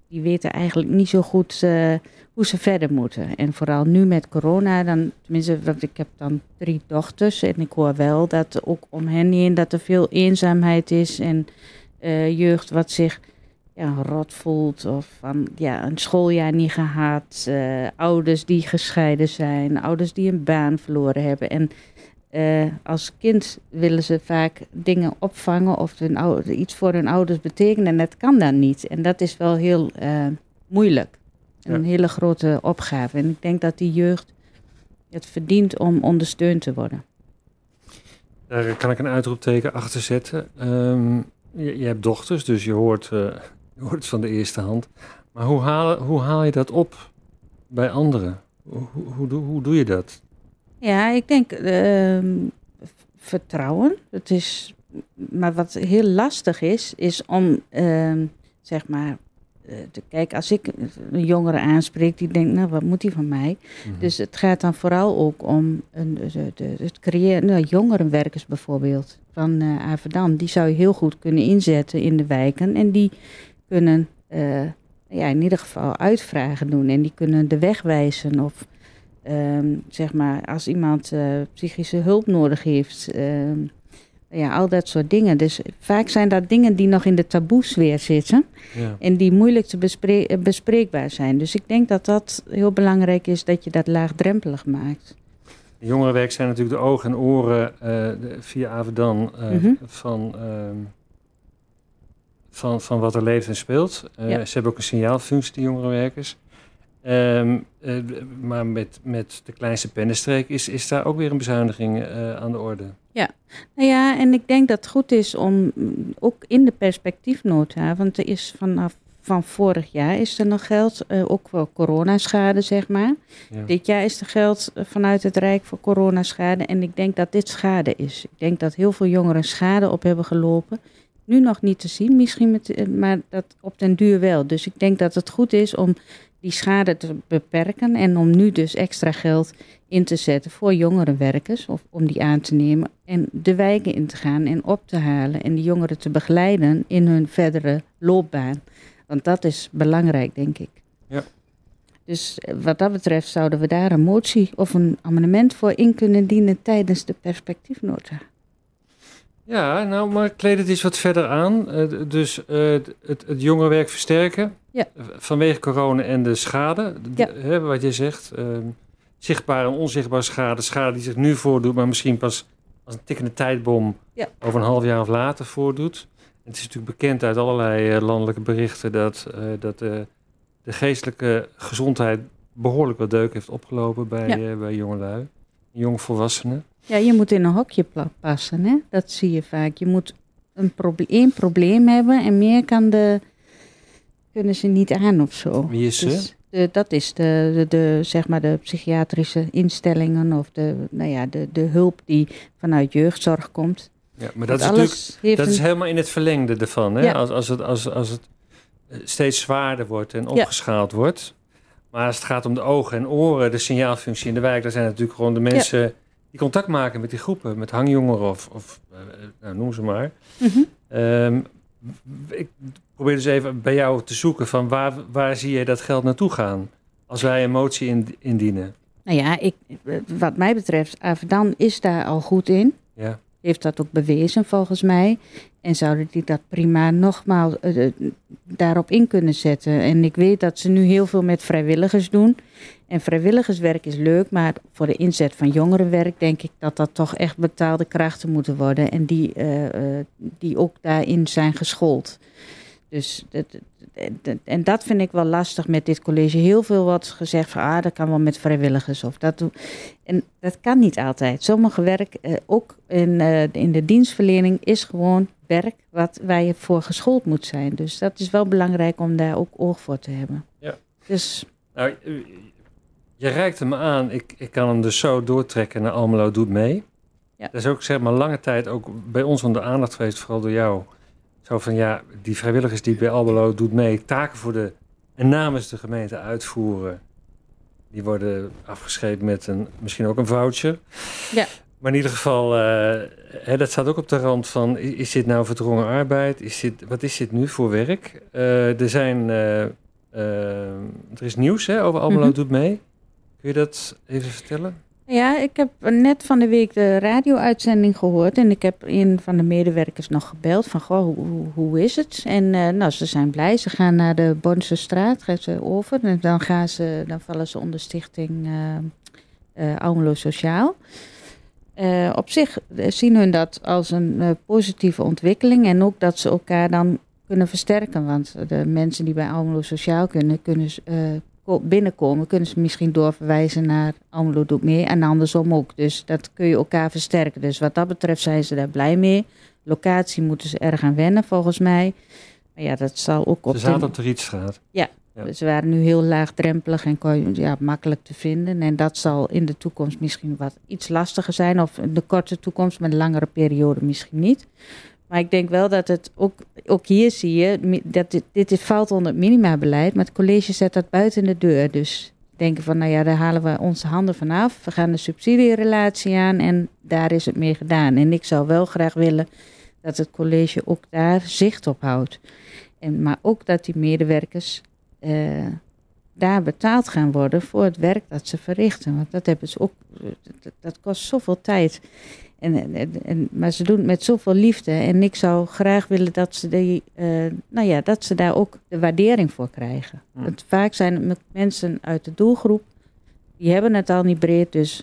die weten eigenlijk niet zo goed uh, hoe ze verder moeten. En vooral nu met corona, dan, tenminste, want ik heb dan drie dochters en ik hoor wel dat ook om hen heen dat er veel eenzaamheid is en uh, jeugd wat zich ja, rot voelt of van ja, een schooljaar niet gehad, uh, ouders die gescheiden zijn, ouders die een baan verloren hebben. En uh, als kind willen ze vaak dingen opvangen of hun ouder, iets voor hun ouders betekenen en dat kan dan niet. En dat is wel heel uh, moeilijk. Een ja. hele grote opgave. En ik denk dat die jeugd het verdient om ondersteund te worden. Daar kan ik een uitroepteken achter zetten. Um, je, je hebt dochters, dus je hoort, uh, je hoort het van de eerste hand. Maar hoe haal, hoe haal je dat op bij anderen? Hoe, hoe, hoe, hoe doe je dat? Ja, ik denk uh, vertrouwen. Het is, maar wat heel lastig is, is om uh, zeg maar uh, te kijken. Als ik een jongere aanspreek, die denkt, nou, wat moet die van mij? Mm-hmm. Dus het gaat dan vooral ook om een, de, de, het creëren, nou, jongerenwerkers bijvoorbeeld van uh, Averdam. Die zou je heel goed kunnen inzetten in de wijken en die kunnen uh, ja, in ieder geval uitvragen doen en die kunnen de weg wijzen of Um, zeg maar, als iemand uh, psychische hulp nodig heeft. Um, ja, al dat soort dingen. Dus vaak zijn dat dingen die nog in de taboesfeer zitten. Ja. En die moeilijk te bespre- bespreekbaar zijn. Dus ik denk dat dat heel belangrijk is, dat je dat laagdrempelig maakt. De jongerenwerk zijn natuurlijk de ogen en oren uh, de, via Averdam uh, mm-hmm. van, uh, van, van wat er leeft en speelt. Uh, ja. Ze hebben ook een signaalfunctie, die jongerenwerkers. Um, uh, maar met, met de kleinste pennenstreek is, is daar ook weer een bezuiniging uh, aan de orde. Ja, nou ja, en ik denk dat het goed is om ook in de perspectiefnota, want er is vanaf van vorig jaar is er nog geld, uh, ook voor coronaschade, zeg maar. Ja. Dit jaar is er geld vanuit het Rijk voor coronaschade en ik denk dat dit schade is. Ik denk dat heel veel jongeren schade op hebben gelopen. Nu nog niet te zien, misschien, met, maar dat op den duur wel. Dus ik denk dat het goed is om die schade te beperken en om nu dus extra geld in te zetten voor jongerenwerkers of om die aan te nemen en de wijken in te gaan en op te halen en die jongeren te begeleiden in hun verdere loopbaan. Want dat is belangrijk, denk ik. Ja. Dus wat dat betreft zouden we daar een motie of een amendement voor in kunnen dienen tijdens de perspectiefnota. Ja, nou, maar kleed het eens wat verder aan. Uh, dus uh, het, het jongerenwerk versterken. Ja. Vanwege corona en de schade. Ja. De, hè, wat je zegt. Uh, zichtbare en onzichtbare schade. Schade die zich nu voordoet, maar misschien pas als een tikkende tijdbom ja. over een half jaar of later voordoet. En het is natuurlijk bekend uit allerlei uh, landelijke berichten dat, uh, dat uh, de geestelijke gezondheid behoorlijk wat deuk heeft opgelopen bij, ja. uh, bij jongelui. Jongvolwassenen. Ja, je moet in een hokje passen, hè? Dat zie je vaak. Je moet een proble- één probleem hebben en meer kan de, kunnen ze niet aan of zo. Wie is ze? Dus de, dat is de, de, de, zeg maar de psychiatrische instellingen of de, nou ja, de, de hulp die vanuit jeugdzorg komt. Ja, maar dat, is, natuurlijk, dat een... is helemaal in het verlengde ervan. Hè? Ja. Als, als, het, als, als het steeds zwaarder wordt en opgeschaald ja. wordt. Maar als het gaat om de ogen en oren, de signaalfunctie in de wijk, daar zijn natuurlijk gewoon de mensen ja. die contact maken met die groepen, met hangjongeren of, of nou, noem ze maar. Mm-hmm. Um, ik probeer dus even bij jou te zoeken van waar, waar zie je dat geld naartoe gaan als wij een motie in, indienen? Nou ja, ik, wat mij betreft, Averdam is daar al goed in. Ja. Heeft dat ook bewezen volgens mij. En zouden die dat prima nogmaals uh, daarop in kunnen zetten. En ik weet dat ze nu heel veel met vrijwilligers doen. En vrijwilligerswerk is leuk, maar voor de inzet van jongerenwerk denk ik dat dat toch echt betaalde krachten moeten worden. En die, uh, uh, die ook daarin zijn geschoold. Dus dat, en dat vind ik wel lastig met dit college. Heel veel wordt gezegd van ah, dat kan wel met vrijwilligers of dat doen. En dat kan niet altijd. Sommige werk, eh, ook in, uh, in de dienstverlening, is gewoon werk wat, waar je voor geschoold moet zijn. Dus dat is wel belangrijk om daar ook oog voor te hebben. Ja. Dus, nou, je reikte me aan. Ik, ik kan hem dus zo doortrekken naar Almelo doet mee. Ja. Dat is ook zeg maar lange tijd ook bij ons onder aandacht geweest, vooral door jou. Zo van ja, die vrijwilligers die bij Almelo doet mee, taken voor de en namens de gemeente uitvoeren. Die worden afgeschreven met een, misschien ook een voucher. Ja. Maar in ieder geval, uh, hè, dat staat ook op de rand van, is dit nou verdrongen arbeid? Is dit, wat is dit nu voor werk? Uh, er zijn uh, uh, er is nieuws hè, over Almelo Mm-hmm. doet mee. Kun je dat even vertellen? Ja, ik heb net van de week de radio-uitzending gehoord. En ik heb een van de medewerkers nog gebeld van, goh, hoe, hoe, hoe is het? En uh, nou, ze zijn blij. Ze gaan naar de Bornse straat, gaan ze over. En dan, gaan ze, dan vallen ze onder stichting uh, uh, Almelo Sociaal. Uh, op zich zien hun dat als een uh, positieve ontwikkeling. En ook dat ze elkaar dan kunnen versterken. Want de mensen die bij Almelo Sociaal kunnen, kunnen uh, binnenkomen, kunnen ze misschien doorverwijzen naar Almelo doet mee. En andersom ook. Dus dat kun je elkaar versterken. Dus wat dat betreft zijn ze daar blij mee. Locatie moeten ze erg aan wennen volgens mij. Maar ja, dat zal ook op Ze zaten de... op de Rietstraat. Ja. Ja. Ze waren nu heel laagdrempelig en kon, ja, makkelijk te vinden. En dat zal in de toekomst misschien wat iets lastiger zijn. Of in de korte toekomst, met een langere periode misschien niet. Maar ik denk wel dat het ook, ook hier zie je, dat dit, dit valt onder het minimabeleid. Maar het college zet dat buiten de deur. Dus denken van, nou ja, daar halen we onze handen vanaf. We gaan de subsidierelatie aan en daar is het mee gedaan. En ik zou wel graag willen dat het college ook daar zicht op houdt. En, maar ook dat die medewerkers uh, daar betaald gaan worden voor het werk dat ze verrichten. Want dat hebben ze ook, dat, dat kost zoveel tijd. En, en, en, maar ze doen het met zoveel liefde. En ik zou graag willen dat ze, die, uh, nou ja, dat ze daar ook de waardering voor krijgen. Hmm. Want vaak zijn het mensen uit de doelgroep, die hebben het al niet breed. Dus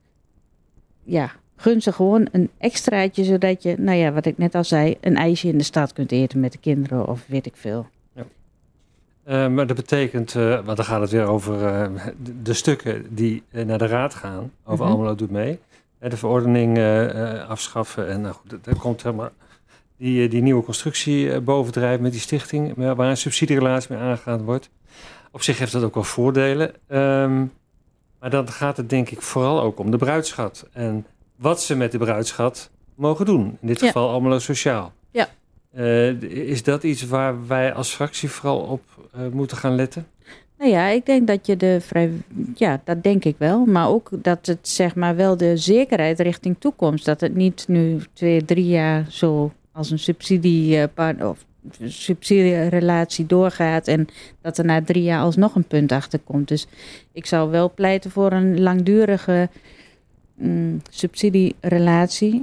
ja, gun ze gewoon een extraatje, zodat je, nou ja, wat ik net al zei, een ijsje in de stad kunt eten met de kinderen of weet ik veel. Ja. Uh, maar dat betekent, uh, want dan gaat het weer over uh, de, de stukken die uh, naar de raad gaan, over mm-hmm. Almelo doet mee. De verordening uh, uh, afschaffen en nou goed, er komt helemaal die, die nieuwe constructie uh, bovendrijven met die stichting, waar een subsidierelatie mee aangegaan wordt. Op zich heeft dat ook wel voordelen. Um, maar dan gaat het denk ik vooral ook om de bruidschat. En wat ze met de bruidschat mogen doen. In dit ja. geval Almelo Sociaal. Ja. Uh, is dat iets waar wij als fractie vooral op uh, moeten gaan letten? Nou ja, ik denk dat je de vrij... Ja, dat denk ik wel. Maar ook dat het zeg maar wel de zekerheid richting toekomst. Dat het niet nu twee, drie jaar zo als een subsidie, uh, of subsidierelatie doorgaat. En dat er na drie jaar alsnog een punt achter komt. Dus ik zou wel pleiten voor een langdurige um, subsidierelatie.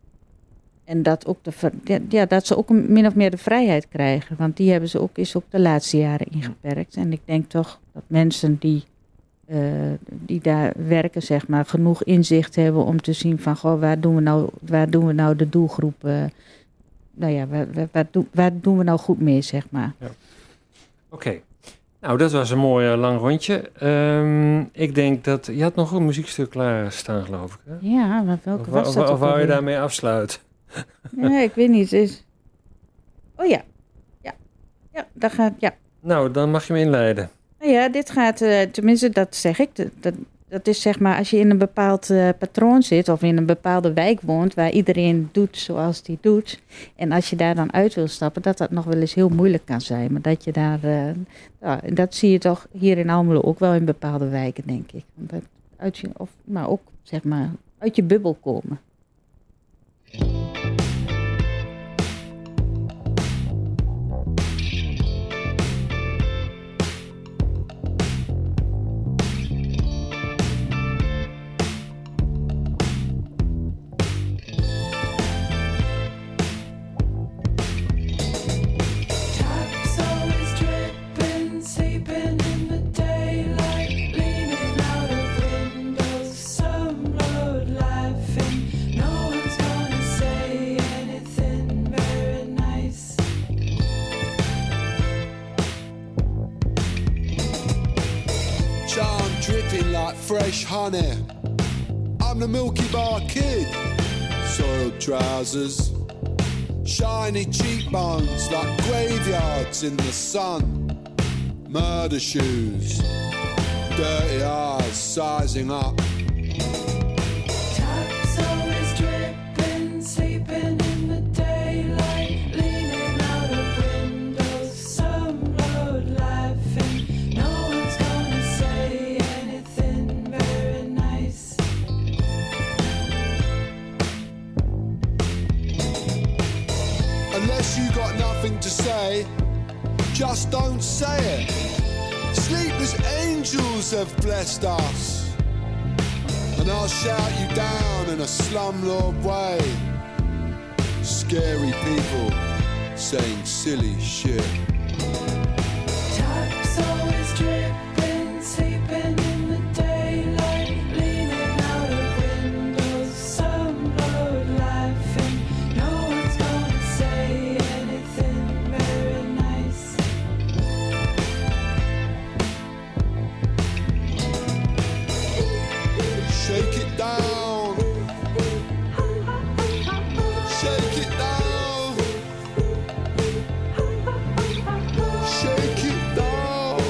En dat, ook de, ja, dat ze ook min of meer de vrijheid krijgen. Want die hebben ze ook, is ook de laatste jaren ingeperkt. En ik denk toch dat mensen die, uh, die daar werken, zeg maar, genoeg inzicht hebben om te zien van, goh, waar doen we nou, waar doen we nou de doelgroep, uh, nou ja, waar, waar, waar, doen, waar doen we nou goed mee, zeg maar. Ja. Oké. Okay. Nou, dat was een mooi uh, lang rondje. Um, ik denk dat, je had nog een muziekstuk klaar staan, geloof ik. Hè? Ja, maar welke of, was of, dat? Of wou je daarmee afsluiten? Nee, ik weet niet. Is... Oh ja. Ja. Ja, dat gaat, ja. Nou, dan mag je me inleiden. Nou ja, dit gaat, uh, tenminste dat zeg ik, dat, dat is zeg maar als je in een bepaald uh, patroon zit of in een bepaalde wijk woont waar iedereen doet zoals die doet. En als je daar dan uit wil stappen, dat dat nog wel eens heel moeilijk kan zijn. Maar dat je daar, uh, nou, dat zie je toch hier in Almelo ook wel in bepaalde wijken, denk ik. Dat uit je, of, maar ook zeg maar uit je bubbel komen. Fresh honey, I'm the Milky Bar kid. Soiled trousers, shiny cheekbones like graveyards in the sun. Murder shoes, dirty eyes sizing up. Taps always dripping, sleeping in the daylight, leaning out of windows, some road laughing. No one's gonna say anything very nice. Unless you got nothing to say, just don't say it. Sleepless angels have blessed us, and I'll shout you down in a slumlord way. Scary people saying silly shit. Taps always dripping, sleeping in the daylight, leaning out of windows, some road laughing. No one's gonna say anything very nice. Shake it down. Shake it down. Shake it down.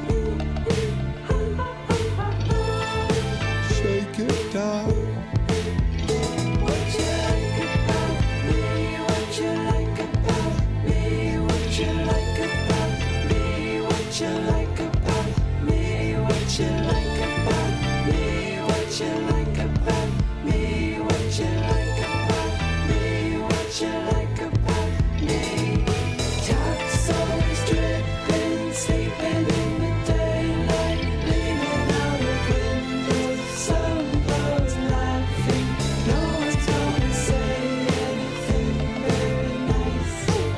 Shake it down. What you like about me? What you like about me? What you like about me? What you like about me? What you like about me? What you like about me? What you like about me? What you like about me? Taps always dripping, sleeping in the daylight, leaning out of windows, some birds laughing. No one's gonna say anything very nice.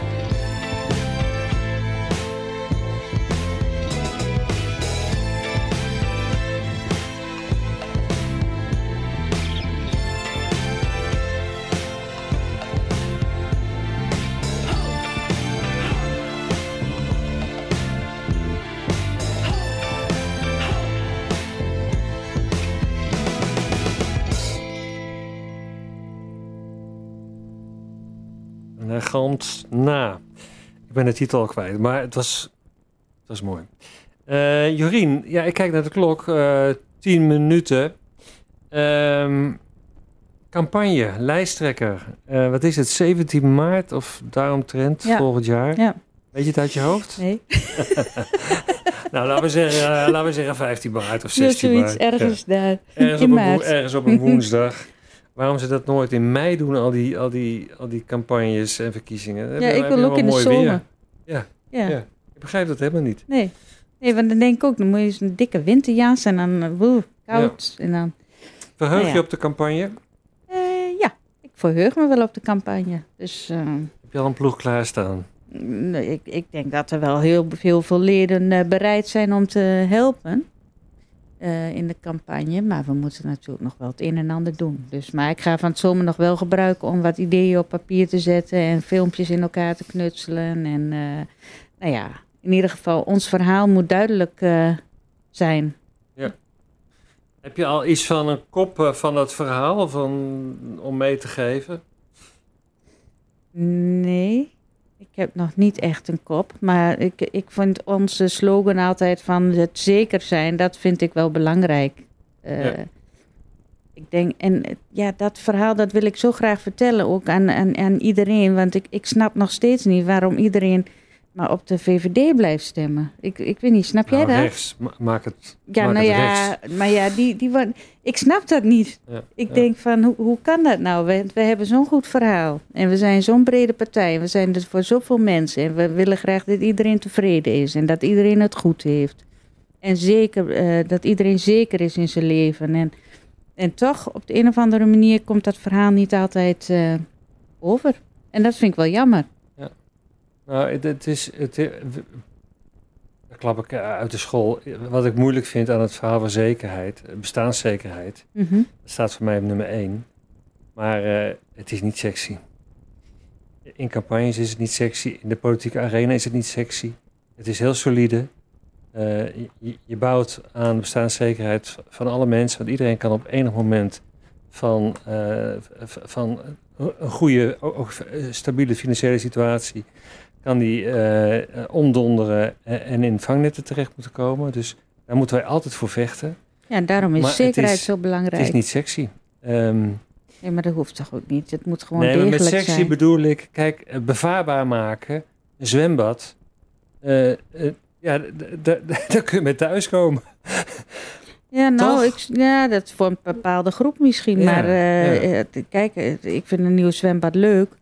En hij galmt na. Ik ben de titel al kwijt, maar het was, het was mooi. Eh, Jorien, ja, ik kijk naar de klok. eh tien minuten. Ehm, campagne, lijsttrekker. Eh, wat is het? zeventien maart of daaromtrent Ja. volgend jaar? Ja. Weet je het uit je hoofd? Nee, Nou, laten we zeggen, eh, laten we zeggen vijftien maart of ja, zestien zoiets maart. ergens daar Ja. Ergens, in op een, maart. woe- ergens op een woensdag. Waarom ze dat nooit in mei doen, al die, al die, al die campagnes en verkiezingen? Dan Ja, heb je- ik heb wil je ook wel in de mooi zomer. weer. Ja, Ja. ja. Ik begrijp dat helemaal niet. Nee. Nee, want dan denk ik ook, dan moet je zo'n dikke winterjas en dan uh, woe, koud. En dan, Verheug Nou ja. je op de campagne? eh, ja, ik verheug me wel op de campagne. Dus eh, Heb je al een ploeg klaarstaan? nee, ik, ik denk dat er wel heel heel veel leden eh, bereid zijn om te helpen eh, in de campagne. Maar we moeten natuurlijk nog wel het een en ander doen. Dus, maar ik ga van het zomer nog wel gebruiken om wat ideeën op papier te zetten en filmpjes in elkaar te knutselen. En eh, nou ja, in ieder geval, ons verhaal moet duidelijk eh, zijn. Heb je al iets van een kop eh, van dat verhaal van, om mee te geven? Nee, ik heb nog niet echt een kop. Maar ik, ik vind onze slogan altijd van het zeker zijn, dat vind ik wel belangrijk. Eh, Ja. Ik denk, en eh, ja, dat verhaal dat wil ik zo graag vertellen ook aan, aan, aan iedereen. Want ik, ik snap nog steeds niet waarom iedereen maar op de V V D blijft stemmen. Ik, ik weet niet, snap jij Nou, dat? rechts. Ma- maak het, Ja, maak nou het ja, rechts. maar ja, die, die, wa- ik snap dat niet. Ja, Ik ja. denk van, hoe, hoe kan dat nou? We, we hebben zo'n goed verhaal. En we zijn zo'n brede partij. We zijn er voor zoveel mensen. En we willen graag dat iedereen tevreden is. En dat iedereen het goed heeft. En zeker, eh, dat iedereen zeker is in zijn leven. En, en toch, op de een of andere manier komt dat verhaal niet altijd eh, over. En dat vind ik wel jammer. Nou, het, het is... Het, eh, w- dan klap ik eh, uit de school. Wat ik moeilijk vind aan het verhaal van zekerheid, eh, bestaanszekerheid, Mhm. dat staat voor mij op nummer één. Maar eh, het is niet sexy. In campagnes is het niet sexy. In de politieke arena is het niet sexy. Het is heel solide. Eh, je, je bouwt aan de bestaanszekerheid van alle mensen. Want iedereen kan op enig moment van, eh, v- van een goede, ook ook stabiele financiële situatie, kan die eh, omdonderen en, en in vangnetten terecht moeten komen. Dus daar moeten wij altijd voor vechten. Ja, daarom is Maar het zekerheid is- zo belangrijk. Het is niet sexy. Ehm, Nee, maar dat hoeft toch ook niet. Het moet gewoon nee, maar degelijk met sexy zijn. bedoel ik, kijk, eh, bevaarbaar maken, een zwembad. eh, eh, ja, d- d- d- daar kun je mee thuiskomen. Ja, nou, Toch? ik, ja, dat is voor een bepaalde groep misschien. Ja, maar eh, ja. eh, kijk, eh, ik vind een nieuw zwembad leuk.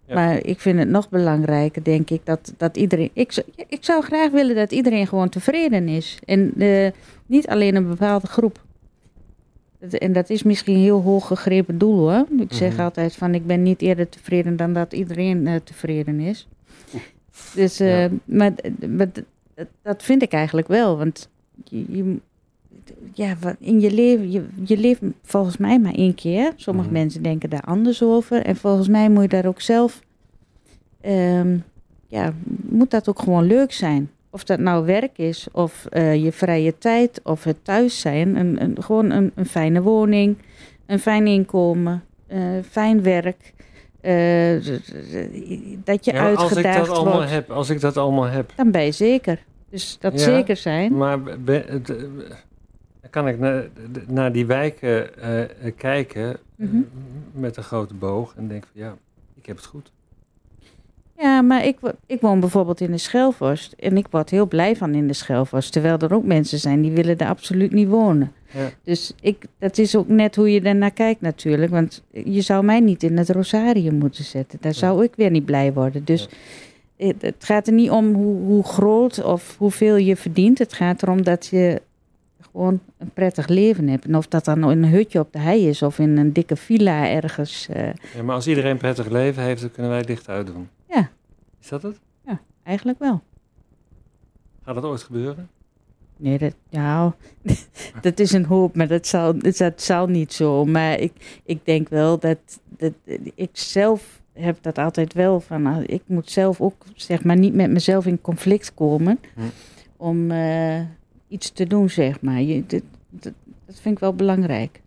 Ja. Maar ik vind het nog belangrijker, denk ik, dat, dat iedereen... Ik, zou- ik zou graag willen dat iedereen gewoon tevreden is. En eh, niet alleen een bepaalde groep. Dat- En dat is misschien een heel hoog gegrepen doel, hoor. Ik zeg Mhm. altijd van, ik ben niet eerder tevreden dan dat iedereen eh, tevreden is. Dus, eh, Ja. maar, maar dat, dat vind ik eigenlijk wel, want je, je- ja, wat- in je leven, je, je leeft volgens mij maar één keer. Sommige Mhm. mensen denken daar anders over. En volgens mij moet je daar ook zelf, ehm, ja, moet dat ook gewoon leuk zijn. Of dat nou werk is, of eh, je vrije tijd, of het thuis zijn. Een, een, gewoon een, een fijne woning, een fijn inkomen, eh, fijn werk. eh, d- d- dat je Ja, maar als ik uitgedaagd dat allemaal wordt, heb, als ik dat allemaal heb, dan ben je zeker. Dus dat Ja. zeker zijn. maar be- het, eh, dan kan ik naar, naar die wijken eh, eh, kijken eh, Mhm. met een grote boog en denk van ja, ik heb het goed. Ja, maar ik, wo- ik woon bijvoorbeeld in de Schelvorst. En ik word heel blij van in de Schelvorst. Terwijl er ook mensen zijn die willen er absoluut niet wonen. Ja. Dus ik, dat is ook net hoe je ernaar kijkt natuurlijk. Want je zou mij niet in het Rosarium moeten zetten. Daar zou ik weer niet blij worden. Dus het, het gaat er niet om hoe, hoe groot of hoeveel je verdient. Het gaat erom dat je gewoon een prettig leven hebt. En of dat dan in een hutje op de hei is of in een dikke villa ergens. eh, Ja, maar als iedereen een prettig leven heeft, dan kunnen wij het licht uitdoen. Ja. Is dat het? eigenlijk wel. Gaat dat ooit gebeuren? Nee, dat, ja, dat is een hoop, maar dat zal, dat zal niet zo. Maar ik, ik denk wel dat, dat ik zelf heb dat altijd wel van, nou, ik moet zelf ook zeg maar niet met mezelf in conflict komen Hm. om eh, iets te doen, zeg maar. Je, dat, dat, dat vind ik wel belangrijk.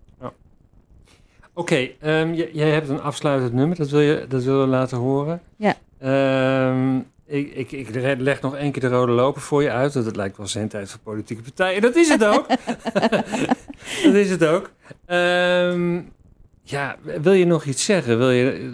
Oké, ehm, j- jij hebt een afsluitend nummer, dat wil je, dat wil je laten horen. Ja. Ehm, ik, ik, ik leg nog één keer de rode loper voor je uit, want het lijkt wel zendtijd voor politieke partijen. Dat is het ook. Dat is het ook. Ehm, ja, wil je nog iets zeggen? Wil je,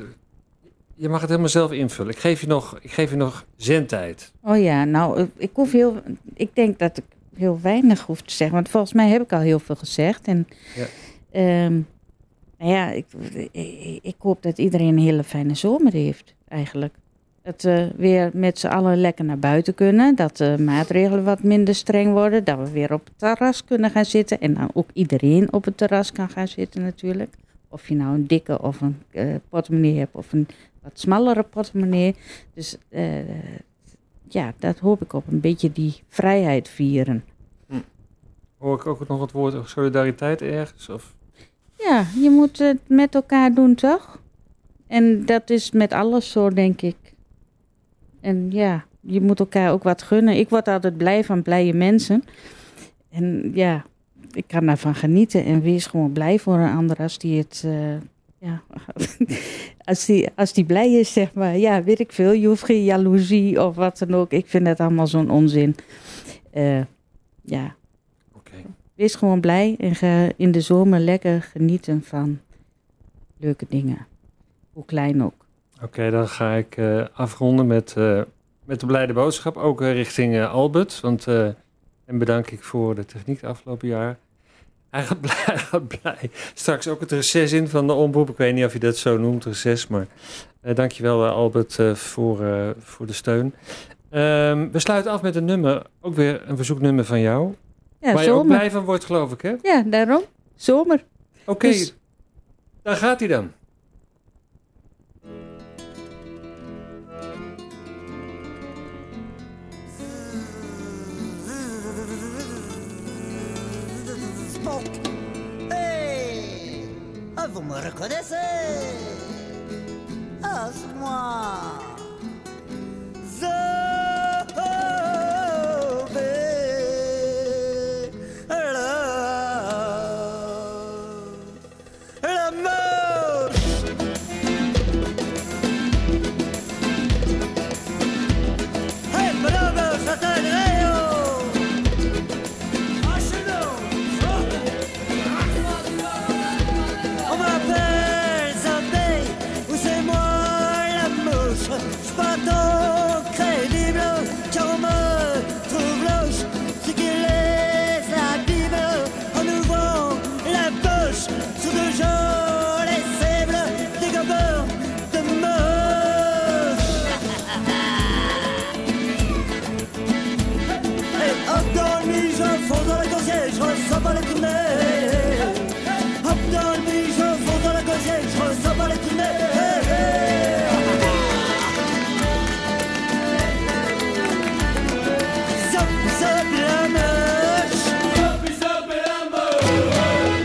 je mag het helemaal zelf invullen. Ik geef je nog, ik geef je nog zendtijd. Oh ja, nou, eh, ik hoef heel, ik denk dat ik heel weinig hoef te zeggen, want volgens mij heb ik al heel veel gezegd. En Ja. ehm, nou ja, ik, ik, ik hoop dat iedereen een hele fijne zomer heeft, eigenlijk. Dat we weer met z'n allen lekker naar buiten kunnen. Dat de maatregelen wat minder streng worden. Dat we weer op het terras kunnen gaan zitten. En dan ook iedereen op het terras kan gaan zitten natuurlijk. Of je nou een dikke of een eh, portemonnee hebt of een wat smallere portemonnee. Dus eh, ja, dat hoop ik op. Een beetje die vrijheid vieren. Hoor ik ook nog het woord solidariteit ergens? Of? Ja, je moet het met elkaar doen, toch? En dat is met alles zo, denk ik. En ja, je moet elkaar ook wat gunnen. Ik word altijd blij van blije mensen. En ja, ik kan daarvan genieten. En wees gewoon blij voor een ander als die het... eh, ja, als die, als die blij is, zeg maar. Ja, weet ik veel. Je hoeft geen jaloezie of wat dan ook. Ik vind dat allemaal zo'n onzin. Eh, ja. Oké. Wees gewoon blij en ga in de zomer lekker genieten van leuke dingen. Hoe klein ook. Oké, dan ga ik eh, afronden met, eh, met de blijde boodschap. Ook eh, richting eh, Albert. Want eh hem bedank ik voor de techniek de afgelopen jaar. Hij gaat blij, hij gaat blij. Straks ook het reces in van de omroep. Ik weet niet of je dat zo noemt, reces. Maar uh, dankjewel uh, Albert uh, voor, uh, voor de steun. Um, we sluiten af met een nummer. Ook weer een verzoeknummer van jou. Ja, waar je ook zomer. blij van wordt, geloof ik, hè? Ja, daarom. Zomer. Oké, okay, Dus- daar gaat hij dan. Hey, vous me reconnaissez? Ah, c'est moi. On m'appelle Sunday, ou c'est moi l'amour. pas les tourner. Hop dans le bille, je fonce dans la gaussière, je ressens pas les tourner. Zap, zap, la mèche. Zap, zap, la mèche.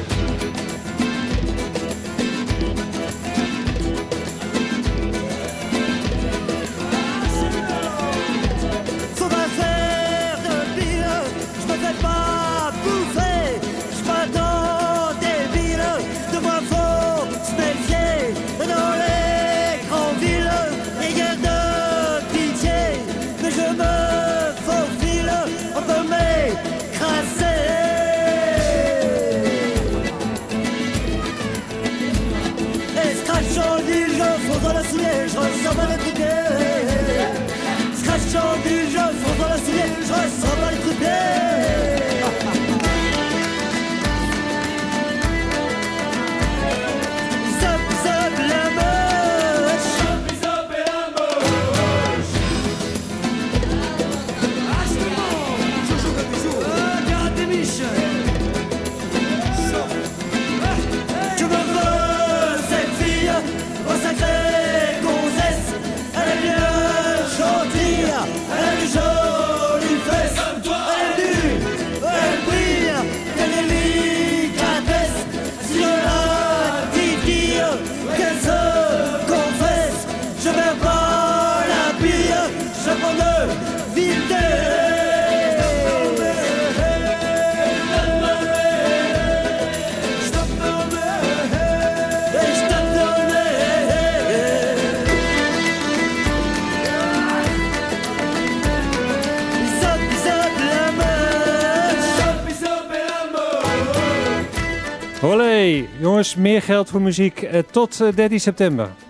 Faut pas faire de pire, je me fais pas bouffer. Je m'attends des villes, de moi faut se méfier. Dans les grandes villes, les guerres de pitié. Mais je me faufile, on peut m'écraser. Et scratch en ville, je fonce dans le soulier, je ressens pas les coups de pied. Scratch en ville, je fonce dans le soulier, je ressens pas les coups de pied. Zap, zap, la moche. Zap, zap, la moche. Ah, je te mens. Je joue comme des jours. Euh, Karaté Mich. Je me veux cette fille, au sacré gonzesse. Elle est bien gentille, elle a des jolies fesses. Elle est nue, elle brille, quelle délicatesse. Si je la titille, qu'elle se confesse. Je perds pas la bille, je prends de vitesse. Je tape dans le nez, et je tape dans le nez. Zap, zap, la moche. Zap, zap, la moche. Olé, jongens, meer geld voor muziek. Eh, tot eh, dertien september.